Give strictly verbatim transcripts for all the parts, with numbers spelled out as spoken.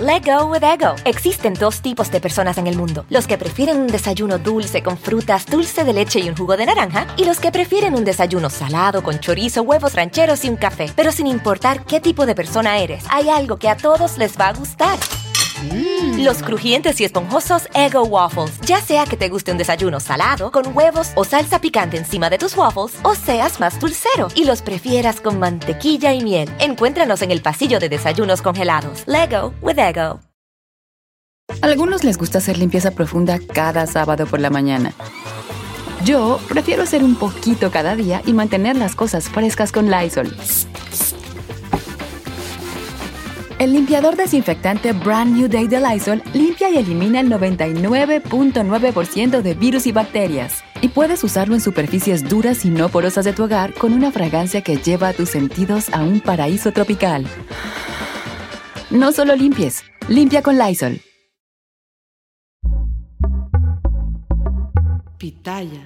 Let go with Ego. Existen dos tipos de personas en el mundo. Los que prefieren un desayuno dulce con frutas, dulce de leche y un jugo de naranja. Y los que prefieren un desayuno salado con chorizo, huevos rancheros y un café. Pero sin importar qué tipo de persona eres, hay algo que a todos les va a gustar. Mm. Los crujientes y esponjosos Eggo Waffles. Ya sea que te guste un desayuno salado, con huevos o salsa picante encima de tus waffles, o seas más dulcero y los prefieras con mantequilla y miel. Encuéntranos en el pasillo de desayunos congelados. Lego with Eggo. A algunos les gusta hacer limpieza profunda cada sábado por la mañana. Yo prefiero hacer un poquito cada día y mantener las cosas frescas con Lysol. El limpiador desinfectante Brand New Day de Lysol limpia y elimina el noventa y nueve punto nueve por ciento de virus y bacterias. Y puedes usarlo en superficies duras y no porosas de tu hogar con una fragancia que lleva a tus sentidos a un paraíso tropical. No solo limpies, limpia con Lysol. Pitaya.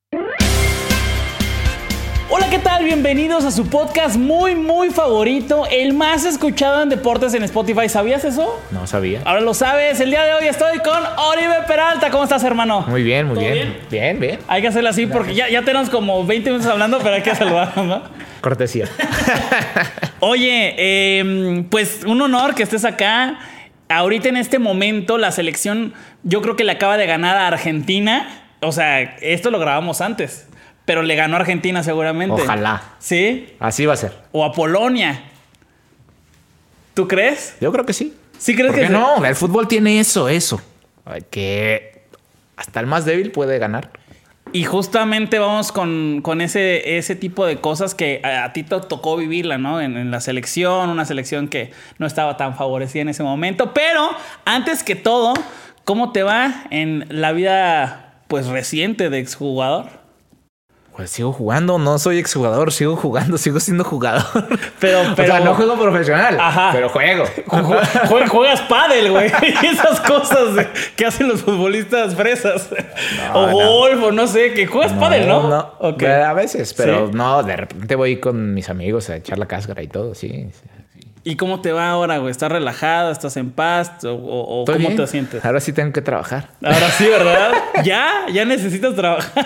Hola, ¿qué tal? Bienvenidos a su podcast muy, muy favorito, el más escuchado en deportes en Spotify. ¿Sabías eso? No sabía. Ahora lo sabes. El día de hoy estoy con Oribe Peralta. ¿Cómo estás, hermano? Muy bien, muy bien. bien. Bien, bien. Hay que hacerlo así porque ya, ya tenemos como veinte minutos hablando, pero hay que saludarnos, ¿no? Cortesía. Oye, eh, pues un honor que estés acá. Ahorita en este momento la selección yo creo que le acaba de ganar a Argentina. O sea, esto lo grabamos antes. Pero le ganó a Argentina seguramente. Ojalá. ¿Sí? Así va a ser. O a Polonia. ¿Tú crees? Yo creo que sí. ¿Sí crees ¿Por que qué sí? No, el fútbol tiene eso, eso. Que hasta el más débil puede ganar. Y justamente vamos con, con ese, ese tipo de cosas que a, a ti te tocó vivirla, ¿no? En, en la selección, una selección que no estaba tan favorecida en ese momento. Pero antes que todo, ¿cómo te va en la vida pues reciente de exjugador? Pues sigo jugando, no soy exjugador, sigo jugando, sigo siendo jugador. Pero, pero... O sea, no juego profesional, Ajá. pero juego. Jue- Juegas pádel, güey. Esas cosas de- que hacen los futbolistas fresas. No, o no. golf, o no sé. Que juegas pádel, ¿no? No, Okay. a veces, pero ¿Sí? no, de repente voy con mis amigos a echar la cáscara y todo, sí. ¿Y cómo te va ahora, güey? ¿Estás relajado? ¿Estás en paz? ¿O, o- o Estoy cómo bien. te sientes? Ahora sí tengo que trabajar. Ahora sí, ¿verdad? ¿Ya? ¿Ya necesitas trabajar?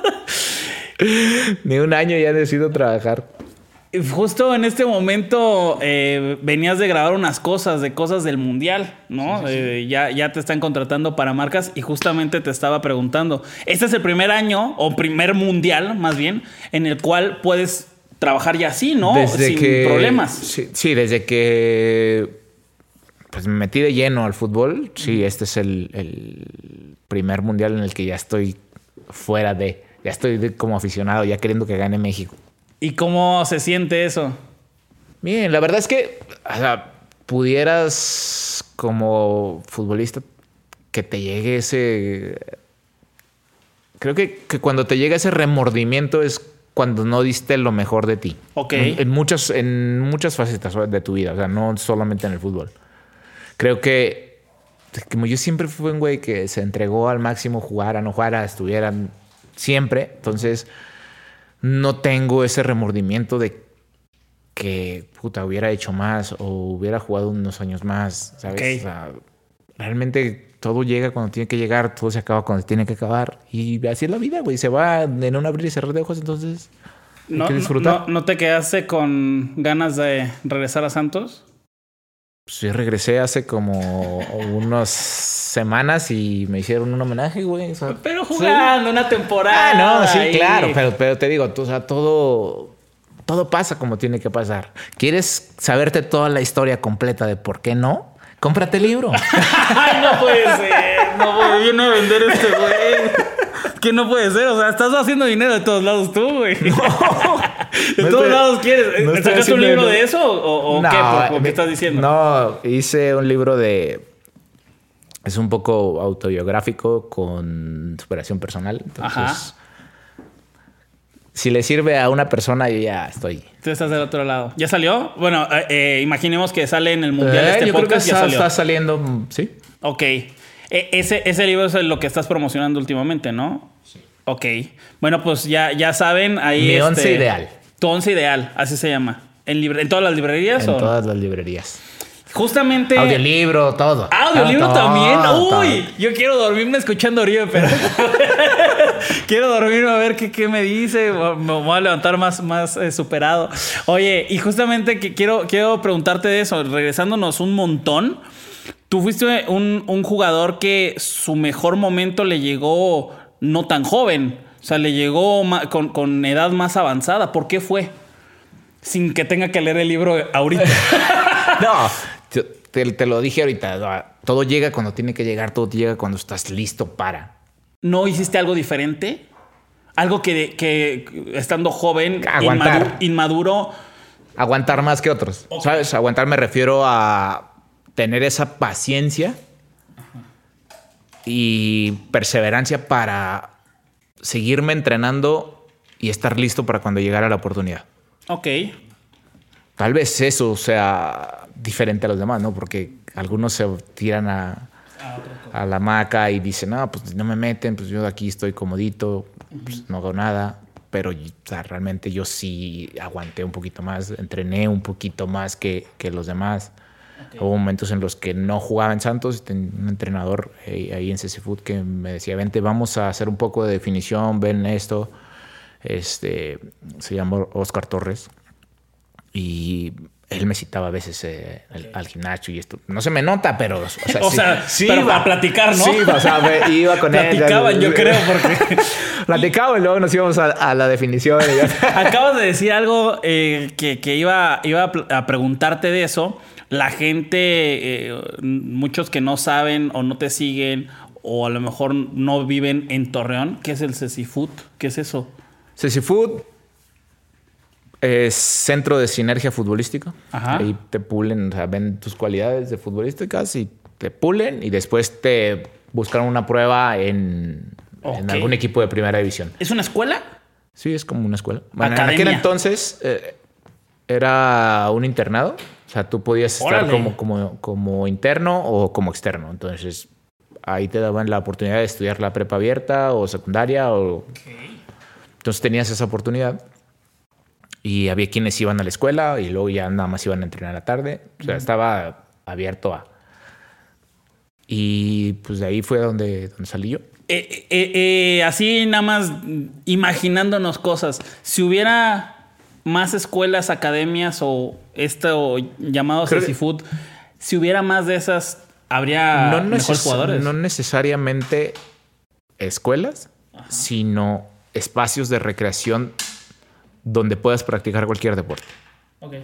Ni un año ya decido trabajar. Justo en este momento eh, venías de grabar unas cosas, de cosas del mundial, ¿no? Sí, sí, sí. Eh, ya, ya te están contratando para marcas y justamente te estaba preguntando. Este es el primer año, o primer mundial más bien, en el cual puedes trabajar ya así, ¿no? Desde Sin que, problemas. Sí, sí, desde que pues me metí de lleno al fútbol, sí, este es el, el primer mundial en el que ya estoy fuera de... Ya estoy de, como aficionado, ya queriendo que gane México. ¿Y cómo se siente eso? Bien, la verdad es que, o sea, pudieras como futbolista que te llegue ese... Creo que, que cuando te llega ese remordimiento es cuando no diste lo mejor de ti. Ok. En, en, muchas, en muchas facetas de tu vida, o sea, no solamente en el fútbol. Creo que, como yo siempre fui un güey que se entregó al máximo, jugara, no jugara, estuvieran... Siempre. Entonces, no tengo ese remordimiento de que, puta, hubiera hecho más o hubiera jugado unos años más, ¿sabes? Okay. O sea, realmente todo llega cuando tiene que llegar, todo se acaba cuando tiene que acabar. Y así es la vida, güey. Se va en un abrir y cerrar de ojos, entonces hay ¿No, que disfrutar. no, ¿No te quedaste con ganas de regresar a Santos? Pues yo regresé hace como unas semanas y me hicieron un homenaje, güey. O sea, pero jugando sí. Una temporada. Ah, no, sí, ahí. claro. Pero, pero te digo, o sea, todo, todo pasa como tiene que pasar. ¿Quieres saberte toda la historia completa de por qué no? Cómprate el libro. Ay, no puede ser. No viene a vender este güey. Que no puede ser. O sea, estás haciendo dinero de todos lados tú, güey. No. De no todos estoy, lados quieres. No ¿Sacaste un libro de eso o, o no, qué? ¿Por, por qué estás diciendo? No, hice un libro de... Es un poco autobiográfico con superación personal. Entonces, ajá. Si le sirve a una persona, yo ya estoy. Tú estás del otro lado. ¿Ya salió? Bueno, eh, imaginemos que sale en el mundial eh, este yo podcast. Creo que ya está, salió. Está saliendo, sí. Ok. E- ese, ese libro es lo que estás promocionando últimamente, ¿no? Sí. Ok. Bueno, pues ya, ya saben. Ahí Mi este, once ideal. Tu once ideal, así se llama. ¿En, libre, ¿En todas las librerías? En o? todas las librerías. Justamente. Audiolibro, todo. Audiolibro todo, también. todo. Uy, yo quiero dormirme escuchando a Oribe, pero. quiero dormirme a ver qué, qué me dice. Me voy a levantar más, más eh, superado. Oye, y justamente que quiero, quiero preguntarte de eso, regresándonos un montón. Tú fuiste un, un jugador que su mejor momento le llegó no tan joven. O sea, le llegó ma- con, con edad más avanzada. ¿Por qué fue? Sin que tenga que leer el libro ahorita. No, te, te- te lo dije ahorita. Todo llega cuando tiene que llegar, todo llega cuando estás listo para. ¿No hiciste algo diferente? Algo que, que estando joven, Aguantar. inmaduro, inmaduro. Aguantar más que otros. Ok. ¿Sabes? Aguantar me refiero a tener esa paciencia y perseverancia para seguirme entrenando y estar listo para cuando llegara la oportunidad. Ok. Tal vez eso sea diferente a los demás, ¿no? Porque algunos se tiran a, a la hamaca y dicen, no, pues no me meten, pues yo aquí estoy comodito, pues no hago nada. Pero o sea, realmente yo sí aguanté un poquito más, entrené un poquito más que, que los demás. Okay. Hubo momentos en los que no jugaba en Santos y tenía un entrenador eh, ahí en C C Food que me decía, vente, vamos a hacer un poco de definición, ven esto. Este, se llama Oscar Torres. Y él me citaba a veces eh, al, al gimnasio y esto. No se me nota, pero... O sea, o sí, sea sí pero iba para platicar, ¿no? Sí, o sea, me, iba con él. Platicaban, yo creo, porque... Platicaban y luego nos íbamos a, a la definición. Y ya. Acabas de decir algo eh, que, que iba, iba a preguntarte de eso. La gente, eh, muchos que no saben o no te siguen o a lo mejor no viven en Torreón. ¿Qué es el C C Food? ¿Qué es eso? C C Food es centro de sinergia futbolística. Ajá. Ahí te pulen, o sea, ven tus cualidades de futbolísticas y te pulen y después te buscan una prueba en, okay. en algún equipo de primera división. ¿Es una escuela? Sí, es como una escuela. Bueno, Academia. En aquel entonces eh, era un internado. O sea, tú podías estar como, como, como interno o como externo. Entonces, ahí te daban la oportunidad de estudiar la prepa abierta o secundaria. O... Okay. Entonces, tenías esa oportunidad. Y había quienes iban a la escuela y luego ya nada más iban a entrenar a la tarde. O sea, mm. estaba abierto a... Y pues de ahí fue donde, donde salí yo. Eh, eh, eh, así nada más imaginándonos cosas. Si hubiera... más escuelas, academias o esto llamado C C Food, si hubiera más de esas, habría no mejores jugadores. No necesariamente escuelas, ajá, sino espacios de recreación donde puedas practicar cualquier deporte. Okay.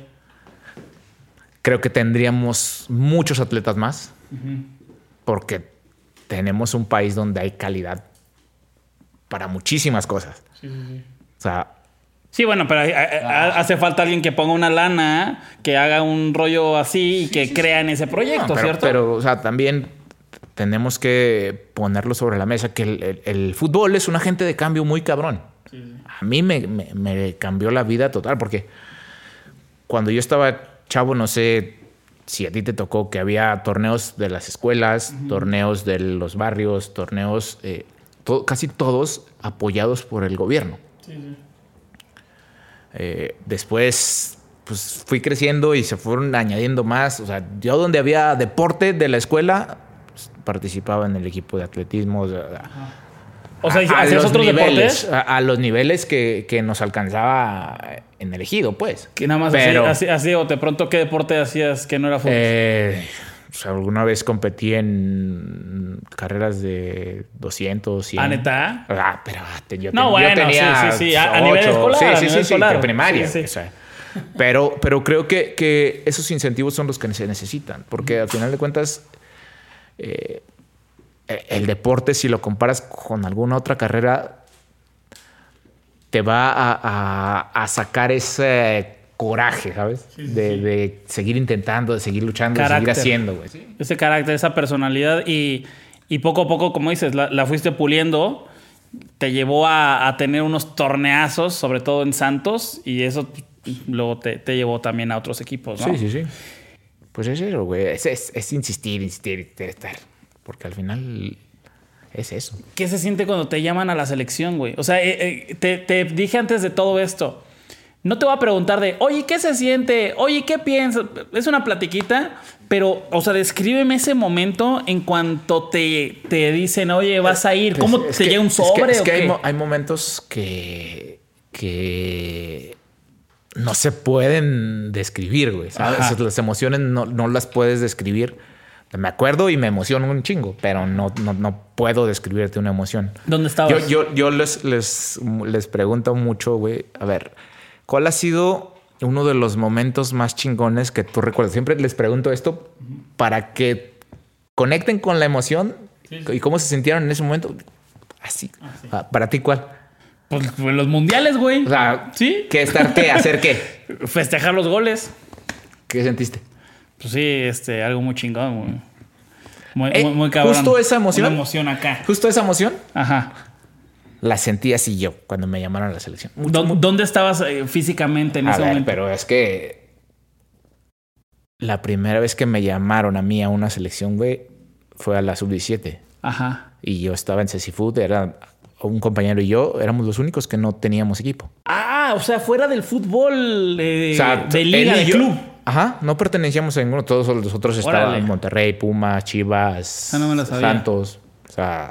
Creo que tendríamos muchos atletas más, uh-huh, porque tenemos un país donde hay calidad para muchísimas cosas. Sí, sí, sí. O sea, sí, bueno, pero ah. hace falta alguien que ponga una lana, que haga un rollo así y sí, que sí, crea en ese proyecto, no, pero, ¿cierto? Pero, o sea, también tenemos que ponerlo sobre la mesa que el, el, el fútbol es un agente de cambio muy cabrón. Sí, sí. A mí me, me, me cambió la vida total porque cuando yo estaba chavo, no sé si a ti te tocó que había torneos de las escuelas, uh-huh, torneos de los barrios, torneos, eh, to- casi todos apoyados por el gobierno. Sí, sí. Eh, después pues fui creciendo y se fueron añadiendo más. O sea, yo donde había deporte de la escuela pues, participaba en el equipo de atletismo. O sea, o sea a, ¿hacías otros niveles, deportes? A, a los niveles que, que nos alcanzaba en el ejido, pues. Que nada más Pero, así, así, así, o de pronto, ¿qué deporte hacías que no era fútbol? Eh, o sea, alguna vez competí en carreras de doscientos, cien. ¿Ah, neta? Ah, pero yo, no, ten, bueno, yo tenía sí, sí, sí. A, a nivel escolar. Sí, a sí, nivel sí, escolar. sí, de primaria. Sí, sí. O sea, pero, pero creo que, que esos incentivos son los que se necesitan. Porque al final de cuentas, eh, el deporte, si lo comparas con alguna otra carrera, te va a, a, a sacar ese coraje, ¿sabes? Sí, sí, de, sí. de seguir intentando, de seguir luchando, carácter. de seguir haciendo, güey. ¿Sí? Ese carácter, esa personalidad y, y poco a poco, como dices, la, la fuiste puliendo, te llevó a, a tener unos torneazos, sobre todo en Santos, y eso luego te, te llevó también a otros equipos, ¿no? Sí, sí, sí. Pues es eso, güey. Es, es, es insistir, insistir, estar. Porque al final es eso. ¿Qué se siente cuando te llaman a la selección, güey? O sea, eh, eh, te, te dije antes de todo esto, no te voy a preguntar de, oye, ¿qué se siente? Oye, ¿qué piensas? Es una platiquita, pero, o sea, descríbeme ese momento en cuanto te, te dicen, oye, vas a ir. ¿Cómo es te que, llega un sobre? Es que, es que o qué? hay, mo- hay momentos que, que no se pueden describir, güey. ¿Sabes? Ajá. Las emociones no, no las puedes describir. Me acuerdo y me emociono un chingo, pero no, no, no puedo describirte una emoción. ¿Dónde estabas? Yo, yo, yo les, les, les pregunto mucho, güey. A ver, ¿cuál ha sido uno de los momentos más chingones que tú recuerdas? Siempre les pregunto esto para que conecten con la emoción Sí, sí. y cómo se sintieron en ese momento. Así. Ah, sí. Ah, ¿para ti cuál? Pues, pues los mundiales, güey. O sea, ¿Sí? ¿qué estar qué? ¿Hacer qué? Festejar los goles. ¿Qué sentiste? Pues sí, este, algo muy chingón, güey. Muy, Eh, muy, muy cabrón. justo esa emoción. Una emoción acá. Justo esa emoción Ajá. la sentí así yo cuando me llamaron a la selección. Mucho, ¿Dó- mucho. ¿Dónde estabas eh, físicamente en A ese ver, momento? pero es que la primera vez que me llamaron a mí a una selección, güey, fue a la sub diecisiete. Ajá. Y yo estaba en Cecifood, era un compañero y yo, éramos los únicos que no teníamos equipo. Ah, o sea, fuera del fútbol eh, O sea, de liga, él y de yo- club. Ajá, no pertenecíamos a ninguno. Todos los otros Órale. estaban en Monterrey, Pumas, Chivas, Ah, no me la sabía. Santos. O sea.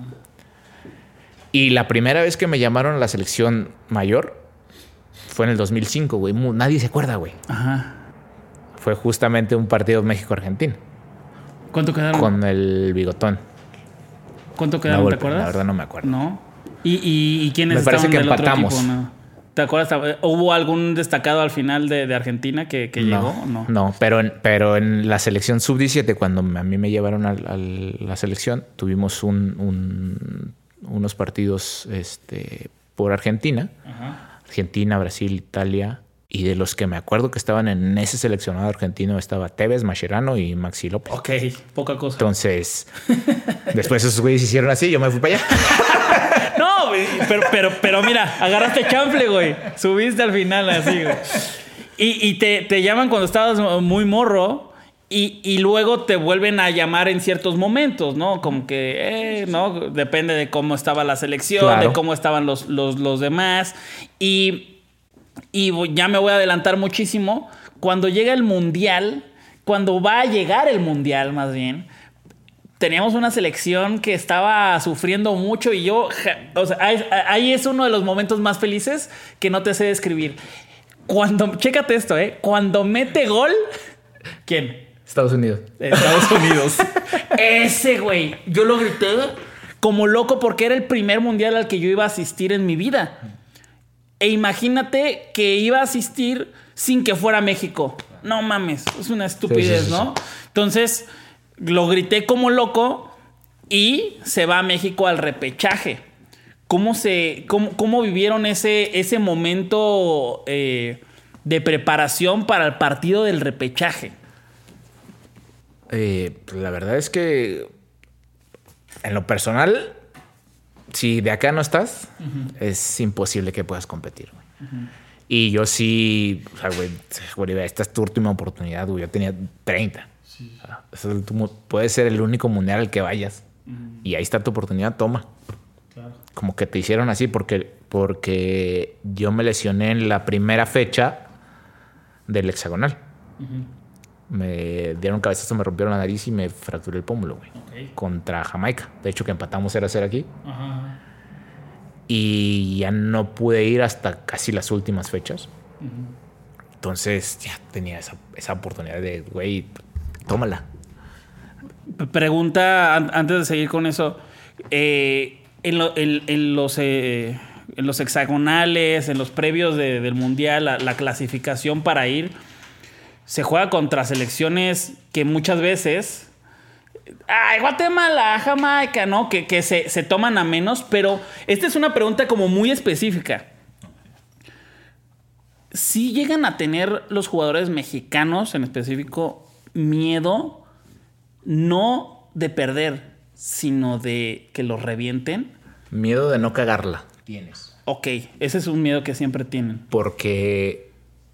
Y la primera vez que me llamaron a la selección mayor fue en el dos mil cinco, güey. Mu- Nadie se acuerda, güey. Ajá. Fue justamente un partido México-Argentina ¿Cuánto quedaron? con el bigotón. ¿Cuánto La quedaron? Volpe, ¿Te acuerdas? la verdad no me acuerdo. No. ¿Y, y, y quiénes Me parece estaban que del otro empatamos. equipo? No. ¿Te acuerdas? ¿Hubo algún destacado al final de, de Argentina que, que llegó? o No, No. no, pero en, pero en la selección sub diecisiete, cuando a mí me llevaron a, a la selección, tuvimos un, un- unos partidos este, por Argentina. Ajá. Argentina, Brasil, Italia. Y de los que me acuerdo que estaban en ese seleccionado argentino estaba Tevez, Mascherano y Maxi López. Ok, poca cosa. Entonces, después esos güeyes hicieron así, yo me fui para allá. No, güey, pero, pero, pero mira, agarraste chanfle, güey. Subiste al final así, güey. Y, y te, te llaman cuando estabas muy morro y, y luego te vuelven a llamar en ciertos momentos, ¿no? Como que, eh, ¿no? Depende de cómo estaba la selección, Claro. de cómo estaban los, los, los demás. Y, y ya me voy a adelantar muchísimo. Cuando llega el Mundial, cuando va a llegar el Mundial más bien, teníamos una selección que estaba sufriendo mucho y yo, ja, o sea, ahí, ahí es uno de los momentos más felices que no te sé describir. Cuando, chécate esto, ¿eh? Cuando mete gol, ¿quién? Estados Unidos. Estados Unidos. Ese güey, yo lo grité como loco porque era el primer mundial al que yo iba a asistir en mi vida. E imagínate que iba a asistir sin que fuera México. No mames, es una estupidez, Sí, sí, sí, ¿no? Entonces, lo grité como loco y se va a México al repechaje. ¿Cómo, se, cómo, cómo vivieron ese, ese momento eh, de preparación para el partido del repechaje? Eh, pues la verdad es que en lo personal, si de acá no estás, uh-huh. es imposible que puedas competir, güey. Uh-huh. Y yo sí, o sea, güey, güey, esta es tu última oportunidad, güey. Yo tenía treinta. Sí. O sea, tú puede ser el único mundial al que vayas. Uh-huh. Y ahí está tu oportunidad, toma. Claro. Como que te hicieron así porque, porque yo me lesioné en la primera fecha del hexagonal. Uh-huh. Me dieron cabezazo, me rompieron la nariz y me fracturé el pómulo, güey. Okay. Contra Jamaica. De hecho, que empatamos cero a cero aquí. Uh-huh. Y ya no pude ir hasta casi las últimas fechas. Uh-huh. Entonces ya tenía esa, esa oportunidad de, güey, tómala. Pregunta, antes de seguir con eso. Eh, en, lo, en, en, los, eh, en los hexagonales, en los previos de, del Mundial, la, la clasificación para ir, se juega contra selecciones que muchas veces... Ay, Guatemala, Jamaica, ¿no? Que, que se, se toman a menos, pero esta es una pregunta como muy específica. ¿Sí llegan a tener los jugadores mexicanos, en específico, miedo no de perder, sino de que los revienten? Miedo de no cagarla. Tienes. Ok, ese es un miedo que siempre tienen. Porque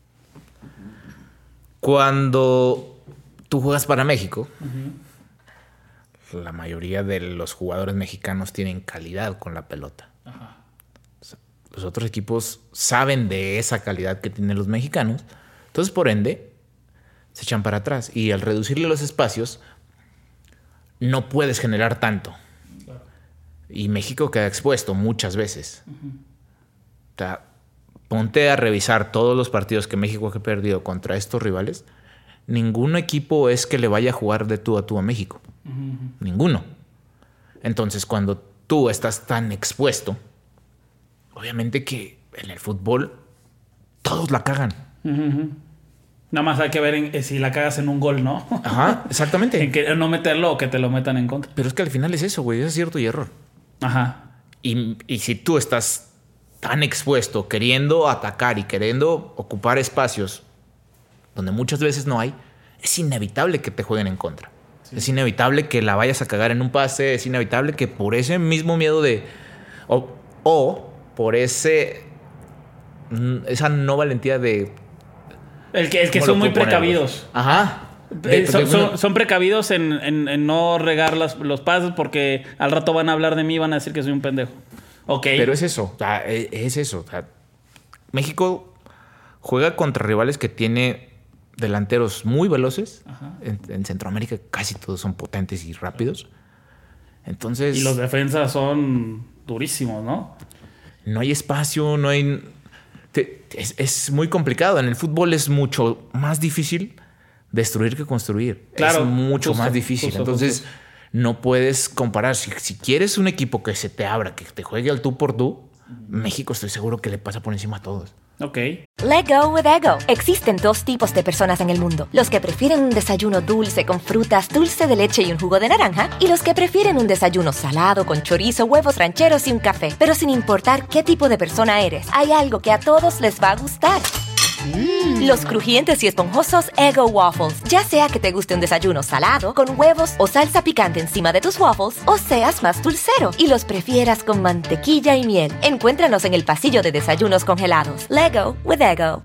cuando tú juegas para México... Uh-huh. La mayoría de los jugadores mexicanos tienen calidad con la pelota. Ajá. O sea, los otros equipos saben de esa calidad que tienen los mexicanos. Entonces, por ende, se echan para atrás. Y al reducirle los espacios, no puedes generar tanto. Claro. Y México queda expuesto muchas veces. Uh-huh. O sea, ponte a revisar todos los partidos que México ha perdido contra estos rivales. Ningún equipo es que le vaya a jugar de tú a tú a México. Uh-huh. Ninguno. Entonces, cuando tú estás tan expuesto, obviamente que en el fútbol todos la cagan. Uh-huh. Nada más hay que ver en, si la cagas en un gol, ¿no? Ajá, exactamente. En que no meterlo o que te lo metan en contra. Pero es que al final es eso, güey. Es acierto y error. Ajá. Y, y si tú estás tan expuesto, queriendo atacar y queriendo ocupar espacios donde muchas veces no hay, es inevitable que te jueguen en contra. Sí. Es inevitable que la vayas a cagar en un pase. Es inevitable que por ese mismo miedo de... O, o por ese... esa no valentía de... El que, el que son muy precavidos. Ajá. Eh, son, son, son precavidos en, en, en no regar las, los pases porque al rato van a hablar de mí y van a decir que soy un pendejo. Ok. Pero es eso. O sea, es eso. O sea, México juega contra rivales que tiene delanteros muy veloces. En, en Centroamérica casi todos son potentes y rápidos. Entonces... Y los defensas son durísimos, ¿no? No hay espacio, no hay... Te, es, es muy complicado. En el fútbol es mucho más difícil destruir que construir. Claro, es mucho justo, más difícil. justo, Entonces, justo. no puedes comparar. Si, si quieres un equipo que se te abra, que te juegue al tú por tú, México estoy seguro que le pasa por encima a todos. Ok. Let go with ego. Existen dos tipos de personas en el mundo. Los que prefieren un desayuno dulce con frutas, dulce de leche y un jugo de naranja. Y los que prefieren un desayuno salado con chorizo, huevos rancheros y un café. Pero sin importar qué tipo de persona eres, hay algo que a todos les va a gustar. Mm. Los crujientes y esponjosos Eggo Waffles. Ya sea que te guste un desayuno salado, con huevos o salsa picante encima de tus waffles, o seas más dulcero y los prefieras con mantequilla y miel. Encuéntranos en el pasillo de desayunos congelados. Lego with Eggo.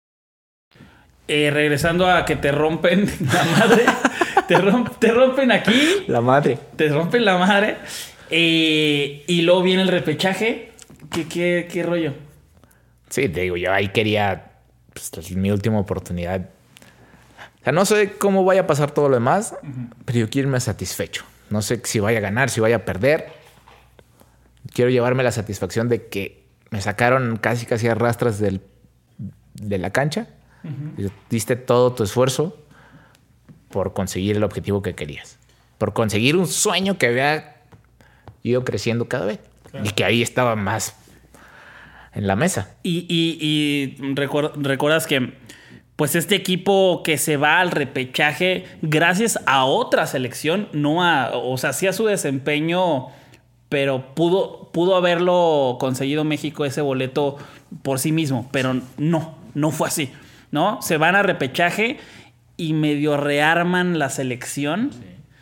Eh, regresando a que te rompen la madre. te, romp, te rompen aquí. La madre. Te rompen la madre. Eh, y luego viene el repechaje. ¿Qué, qué, qué rollo? Sí, te digo, yo ahí quería... Pues, mi última oportunidad. O sea, no sé cómo vaya a pasar todo lo demás, uh-huh. pero yo quiero irme satisfecho. No sé si vaya a ganar, si vaya a perder. Quiero llevarme la satisfacción de que me sacaron casi casi a rastras del, de la cancha. Uh-huh. Diste todo tu esfuerzo por conseguir el objetivo que querías. Por conseguir un sueño que había ido creciendo cada vez. Claro. Y que ahí estaba más... en la mesa. Y, y, y recuer, recuerdas que pues este equipo que se va al repechaje gracias a otra selección, no a, o sea, sí a su desempeño, pero pudo, pudo haberlo conseguido México ese boleto por sí mismo, pero no, no fue así, ¿no? Se van a repechaje y medio rearman la selección. Sí.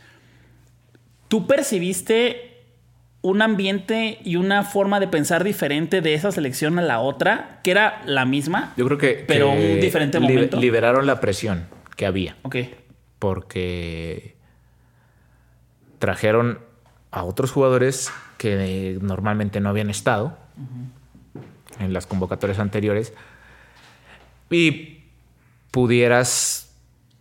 ¿Tú percibiste un ambiente y una forma de pensar diferente de esa selección a la otra, que era la misma? Yo creo que... Pero que un diferente li- momento. Liberaron la presión que había. Ok. Porque trajeron a otros jugadores que normalmente no habían estado uh-huh. en las convocatorias anteriores y pudieras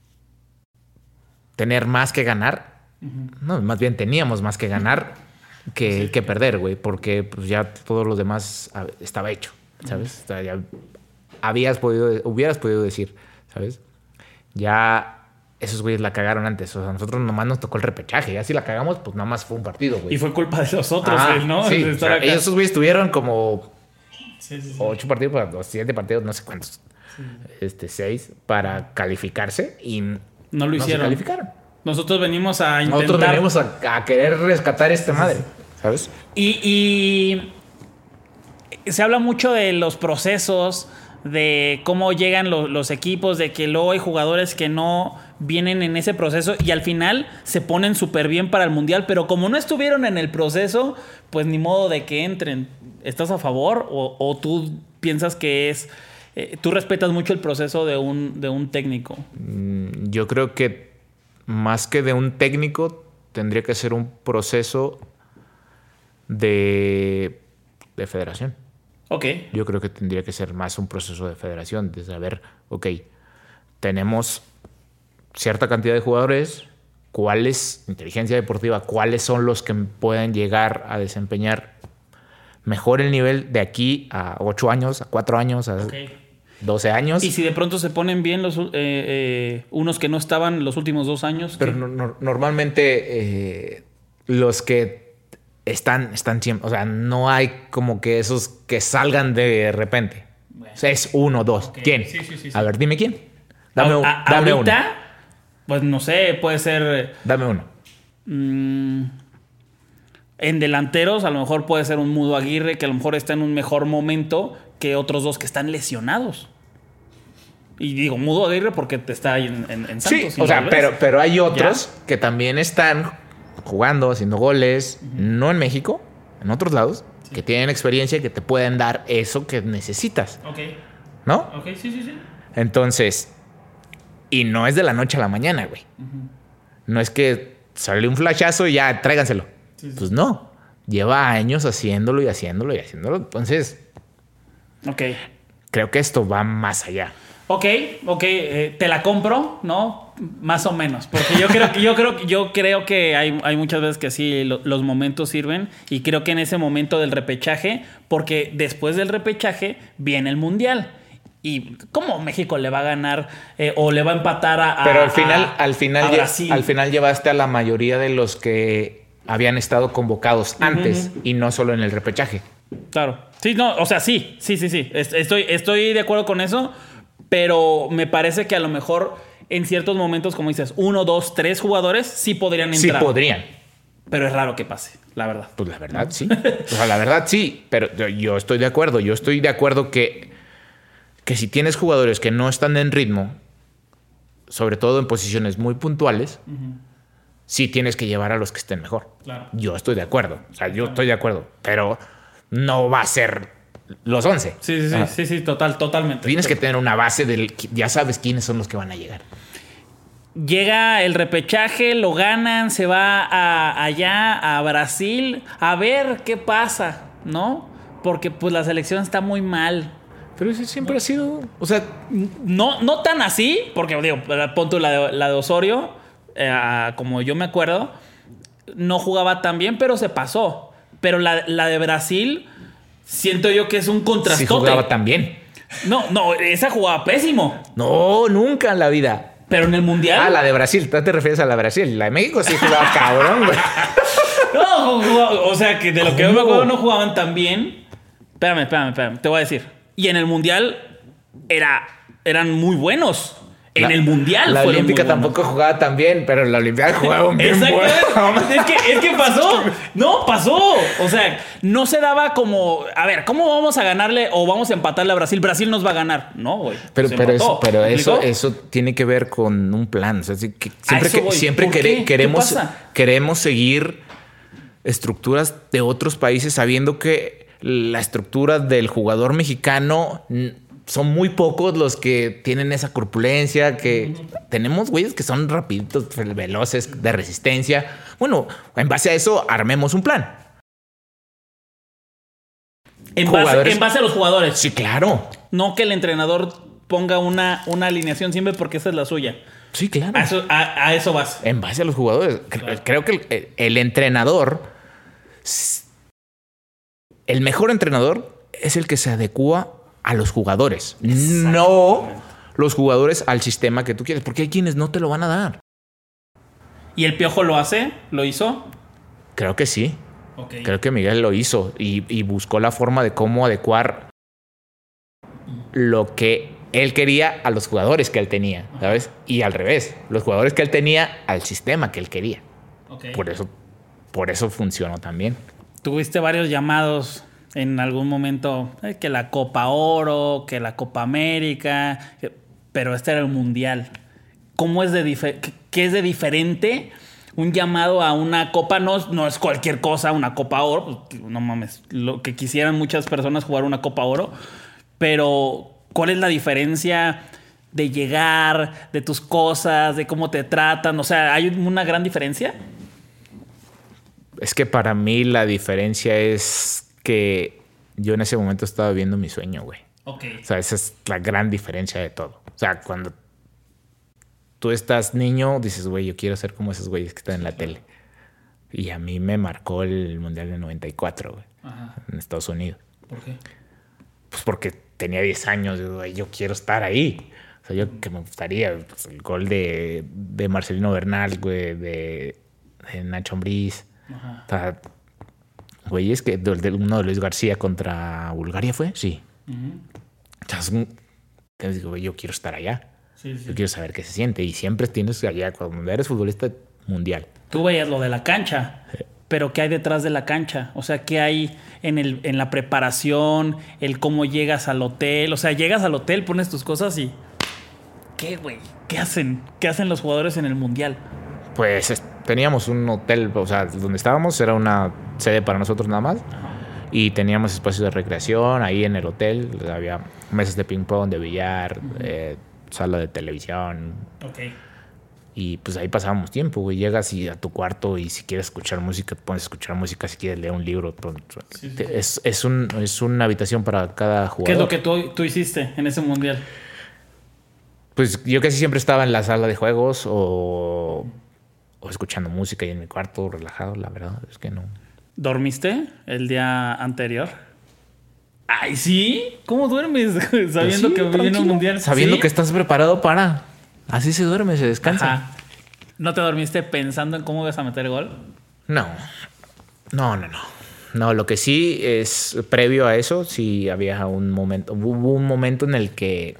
tener más que ganar. Uh-huh. No, más bien teníamos más que ganar que, sí. que perder, güey, porque pues, ya todo lo demás estaba hecho, ¿sabes? Uh-huh. O sea, ya habías podido, hubieras podido decir, ¿sabes? Ya esos güeyes la cagaron antes. O sea, a nosotros nomás nos tocó el repechaje. Ya si la cagamos, pues nada más fue un partido, güey. Y fue culpa de los otros, ah, güey, ¿no? Sí, o sea, esos güeyes tuvieron como sí, sí, sí. ocho partidos, o siete partidos, no sé cuántos. Sí. Este, seis, para calificarse y no lo no hicieron. Se calificaron. Nosotros venimos a intentar... Nosotros venimos a, a querer rescatar esta madre, ¿sabes? Y, y se habla mucho de los procesos, de cómo llegan los, los equipos, de que luego hay jugadores que no vienen en ese proceso y al final se ponen súper bien para el Mundial, pero como no estuvieron en el proceso, pues ni modo de que entren. ¿Estás a favor o, o tú piensas que es... Eh, tú respetas mucho el proceso de un, de un técnico? Mm, yo creo que más que de un técnico tendría que ser un proceso de, de federación. Ok. Yo creo que tendría que ser más un proceso de federación, de saber, ok, tenemos cierta cantidad de jugadores, cuáles, inteligencia deportiva, cuáles son los que pueden llegar a desempeñar mejor el nivel de aquí a ocho años, a cuatro años, a Okay. doce años. Y si de pronto se ponen bien los eh, eh, unos que no estaban los últimos dos años. Pero ¿qué? no, no, normalmente eh, los que están, están siempre, o sea, no hay como que esos que salgan de repente. Bueno. O sea, es uno, dos. Okay. ¿Quién? Sí, sí, sí, sí. A ver, dime quién. Dame, a, un- a, dame ahorita, uno. pues no sé, puede ser Dame uno. mmm, en delanteros, a lo mejor puede ser un Mudo Aguirre que a lo mejor está en un mejor momento que otros dos que están lesionados. Y digo Mudo Aguirre porque te está ahí en, en, en Sí, Santos. o sea, pero, pero hay otros ¿Ya? que también están jugando, haciendo goles, uh-huh. no en México, en otros lados, sí. que tienen experiencia y que te pueden dar eso que necesitas. Ok. ¿No? Ok, sí, sí, sí. Entonces, y no es de la noche a la mañana, güey. Uh-huh. No es que sale un flashazo y ya, tráiganselo. Sí, sí. Pues no. Lleva años haciéndolo y haciéndolo y haciéndolo. Entonces, ok. Creo que esto va más allá. Ok, ok, eh, te la compro, ¿no? Más o menos. Porque yo creo que, yo creo, yo creo que hay, hay muchas veces que sí, lo, los momentos sirven. Y creo que en ese momento del repechaje, porque después del repechaje viene el Mundial. Y ¿cómo México le va a ganar eh, o le va a empatar a, a Pero al final, a, al, final a Brasil? Al final llevaste a la mayoría de los que habían estado convocados uh-huh. antes y no solo en el repechaje. Claro. Sí, no, o sea, sí, sí, sí, sí. Estoy, estoy de acuerdo con eso. Pero me parece que a lo mejor en ciertos momentos, como dices, uno, dos, tres jugadores sí podrían entrar. Sí podrían. Pero es raro que pase, la verdad. Pues la verdad, sí. O sea, la verdad, sí. Pero yo, yo estoy de acuerdo. Yo estoy de acuerdo que, que si tienes jugadores que no están en ritmo, sobre todo en posiciones muy puntuales, uh-huh. sí tienes que llevar a los que estén mejor. Claro. Yo estoy de acuerdo. O sea, yo claro. estoy de acuerdo. Pero no va a ser los once. Sí, sí, sí, sí, sí, total, totalmente. Tienes que tener una base del... Ya sabes quiénes son los que van a llegar. Llega el repechaje, lo ganan, se va a, allá a Brasil a ver qué pasa, ¿no? Porque pues la selección está muy mal. Pero eso siempre no. ha sido... O sea... No, no tan así, porque digo, pon tú la de, la de Osorio, eh, como yo me acuerdo, no jugaba tan bien, pero se pasó. Pero la, la de Brasil... Siento yo que es un contrastote. Sí jugaba tan bien. No, no, esa jugaba pésimo. No, nunca en la vida. Pero en el Mundial... Ah, la de Brasil. ¿Tú te refieres a la de Brasil? La de México sí jugaba cabrón, güey. No, jugaba, o sea, que de lo ¿Cómo? que yo me acuerdo no jugaban tan bien. Espérame, espérame, espérame. Te voy a decir. Y en el Mundial era, eran muy buenos. En la, el Mundial La Olímpica tampoco jugaba tan bien, pero en la Olimpiada jugaban bien bueno. es, que, es que pasó. No, pasó. O sea, no se daba como... A ver, ¿cómo vamos a ganarle o vamos a empatarle a Brasil? Brasil nos va a ganar. No, güey. Pero, pero, eso, pero eso, eso tiene que ver con un plan. O sea, que siempre que, siempre quere, queremos, queremos seguir estructuras de otros países sabiendo que la estructura del jugador mexicano... Son muy pocos los que tienen esa corpulencia, que uh-huh. tenemos güeyes que son rapiditos, veloces, de resistencia. Bueno, en base a eso, armemos un plan. En base, en base a los jugadores. Sí, claro. No que el entrenador ponga una, una alineación siempre porque esa es la suya. Sí, claro. A eso, a, a eso vas. En base a los jugadores. Claro. Creo que el, el entrenador, el mejor entrenador es el que se adecua a los jugadores, no los jugadores al sistema que tú quieres, porque hay quienes no te lo van a dar. ¿Y el Piojo lo hace? ¿Lo hizo? Creo que sí. Okay. Creo que Miguel lo hizo y, y buscó la forma de cómo adecuar lo que él quería a los jugadores que él tenía, ¿sabes? Y al revés, los jugadores que él tenía al sistema que él quería. Okay. Por eso, por eso funcionó también. Tuviste varios llamados en algún momento, eh, que la Copa Oro, que la Copa América, que, pero este era el Mundial. ¿Cómo es de difer- qué es de diferente un llamado a una Copa? No, no es cualquier cosa, una Copa Oro. Pues, no mames, lo que quisieran muchas personas jugar una Copa Oro. Pero, ¿cuál es la diferencia de llegar, de tus cosas, de cómo te tratan? O sea, ¿hay una gran diferencia? Es que para mí la diferencia es que yo en ese momento estaba viviendo mi sueño, güey. Ok. O sea, esa es la gran diferencia de todo. O sea, cuando tú estás niño, dices, güey, yo quiero ser como esos güeyes que están en la tele. Y a mí me marcó el Mundial de noventa y cuatro, güey. Ajá. En Estados Unidos. ¿Por qué? Pues porque tenía diez años, güey, yo quiero estar ahí. O sea, yo que me gustaría, pues, el gol de, de Marcelino Bernal, güey, de, de Nacho Ambriz. Ajá. O sea, güey, es que de, de uno de Luis García contra Bulgaria fue, sí. Uh-huh. O sea, es un, te digo, güey, yo quiero estar allá. Sí, sí. Yo quiero saber qué se siente. Y siempre tienes allá, cuando eres futbolista mundial. Tú veías lo de la cancha, sí. Pero ¿qué hay detrás de la cancha? O sea, ¿qué hay en, el, en la preparación? El cómo llegas al hotel. O sea, llegas al hotel, pones tus cosas y... ¿Qué, güey? ¿Qué hacen? ¿Qué hacen los jugadores en el Mundial? Pues es, teníamos un hotel, o sea, donde estábamos era una sede para nosotros nada más. Ajá. Y teníamos espacios de recreación ahí en el hotel. Había mesas de ping-pong, de billar, uh-huh. eh, sala de televisión. Ok. Y pues ahí pasábamos tiempo, güey. Llegas y a tu cuarto y si quieres escuchar música, te pones a escuchar música. Si quieres leer un libro, pues, sí, sí. Es, es, un, es una habitación para cada jugador. ¿Qué es lo que tú, tú hiciste en ese Mundial? Pues yo casi siempre estaba en la sala de juegos o, o escuchando música y en mi cuarto relajado, la verdad. Es que no... ¿Dormiste el día anterior? Ay, ¿sí? ¿Cómo duermes sabiendo pues sí, que viene un Mundial? Sabiendo ¿Sí? que estás preparado para... Así se duerme, se descansa. Ajá. ¿No te dormiste pensando en cómo ibas a meter gol? No. No, no, no. No, lo que sí es previo a eso, sí había un momento. Hubo un momento en el que,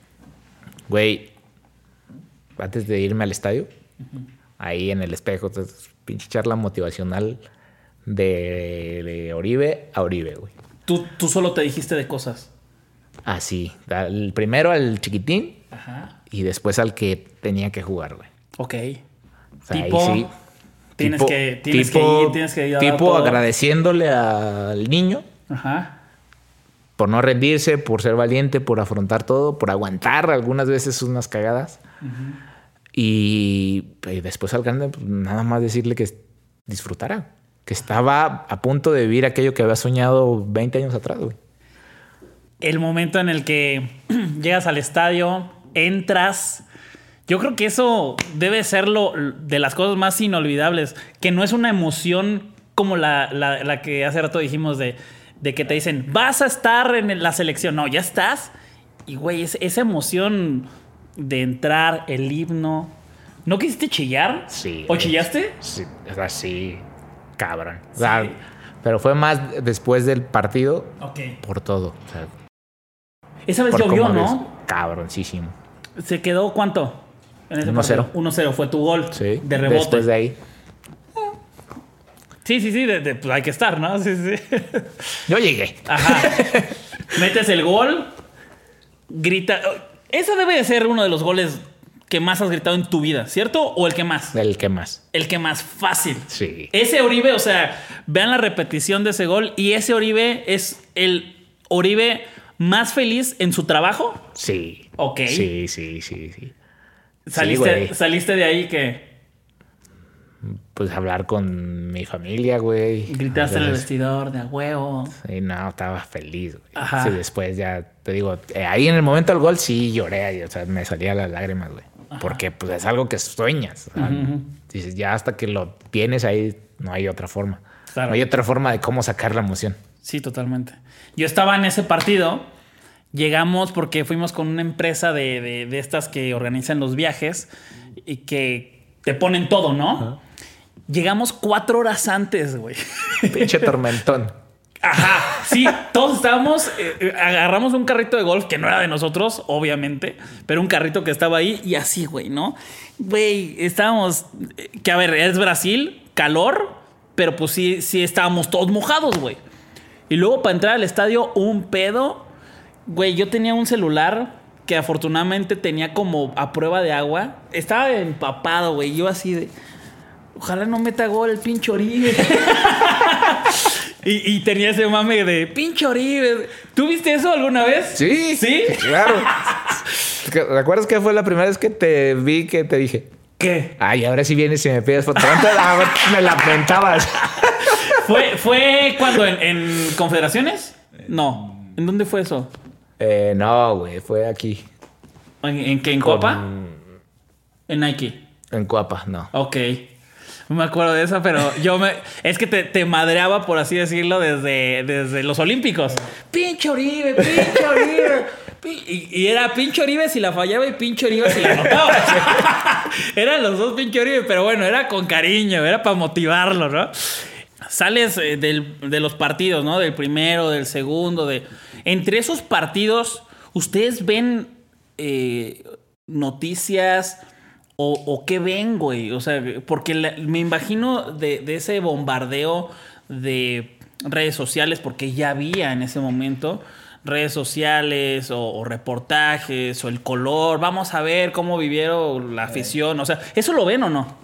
güey, antes de irme al estadio, uh-huh. ahí en el espejo, entonces, pinche charla motivacional de, de Oribe a Oribe, güey. ¿Tú, tú solo te dijiste de cosas? Ah, sí. El primero al chiquitín. Ajá. Y después al que tenía que jugar, güey. Ok. O sea, tipo, ahí sí. Tienes, tipo, que, tienes tipo, que ir, tienes que ir a Tipo todo. agradeciéndole al niño. Ajá. Por no rendirse, por ser valiente, por afrontar todo, por aguantar algunas veces unas cagadas. Uh-huh. Y, y después al grande, pues, nada más decirle que disfrutara. Que estaba a punto de vivir aquello que había soñado veinte años atrás, güey. El momento en el que llegas al estadio, entras. Yo creo que eso debe ser lo, de las cosas más inolvidables. Que no es una emoción como la, la, la que hace rato dijimos de, de que te dicen, vas a estar en la selección. No, ya estás. Y, güey, es, esa emoción de entrar, el himno. ¿No quisiste chillar? Sí. ¿O chillaste? Sí, o sea, sí, cabrón. O sea, sí. Pero fue más después del partido. Okay. Por todo. O sea, esa vez llovió, ¿no? Cabroncísimo. ¿Se quedó cuánto? uno cero. uno cero fue tu gol. Sí. De rebote. Después de ahí. Sí, sí, sí. De, de, pues hay que estar, ¿no? Sí, sí. Yo llegué. Ajá. Metes el gol. Grita. Ese debe de ser uno de los goles que más has gritado en tu vida, ¿cierto? ¿O el que más? El que más. El que más fácil. Sí. Ese Oribe, o sea, vean la repetición de ese gol. Y ese Oribe es el Oribe más feliz en su trabajo. Sí. Ok. Sí, sí, sí, sí. Saliste, sí, saliste de ahí que... Pues hablar con mi familia, güey. Gritaste en el vestidor de a huevo. Sí, no, estaba feliz, güey. Ajá. Sí, después ya, te digo, eh, ahí en el momento del gol sí lloré. O sea, me salían las lágrimas, güey. Ajá. Porque pues es algo que sueñas. O sea, uh-huh. Dices, ya hasta que lo tienes ahí, no hay otra forma. Claro. No hay otra forma de cómo sacar la emoción. Sí, totalmente. Yo estaba en ese partido. Llegamos porque fuimos con una empresa de, de, de estas que organizan los viajes y que te ponen todo, ¿no? Uh-huh. Llegamos cuatro horas antes, güey. Pinche tormentón. Ajá, sí, todos estábamos, eh, agarramos un carrito de golf que no era de nosotros, obviamente, pero un carrito que estaba ahí y así, güey, ¿no? Güey, estábamos, que a ver, es Brasil, calor, pero pues sí, sí estábamos todos mojados, güey. Y luego para entrar al estadio, un pedo. Güey, yo tenía un celular que afortunadamente tenía como a prueba de agua. Estaba empapado, güey, yo así de... Ojalá no meta gol el pinche Oribe. y, y tenía ese mame de pinche Oribe. ¿Tú viste eso alguna vez? Sí. ¿Sí? Claro. ¿Te acuerdas que fue la primera vez que te vi que te dije? ¿Qué? Ay, ahora sí vienes y me pides foto. Me la mentabas. ¿Fue, ¿Fue cuando en, en Confederaciones? No. ¿En dónde fue eso? Eh, no, güey, fue aquí. ¿En, en qué? ¿En Con- Copa? En Nike. En Coapa, no. Ok. No me acuerdo de eso, pero yo me... Es que te, te madreaba, por así decirlo, desde, desde los Olímpicos. ¡Pinche Oribe! ¡Pinche Oribe! Pi- Y, y era pinche Oribe si la fallaba y pinche Oribe si la anotaba. Eran los dos pinche Oribe, pero bueno, era con cariño, era para motivarlo, ¿no? Sales eh, del, de los partidos, ¿no? Del primero, del segundo, de... Entre esos partidos, ¿ustedes ven eh, noticias... O, o qué ven, güey? O sea, porque la- me imagino de, de ese bombardeo de redes sociales, porque ya había en ese momento redes sociales o, o reportajes o el color. Vamos a ver cómo vivieron la afición. O sea, ¿eso lo ven o no?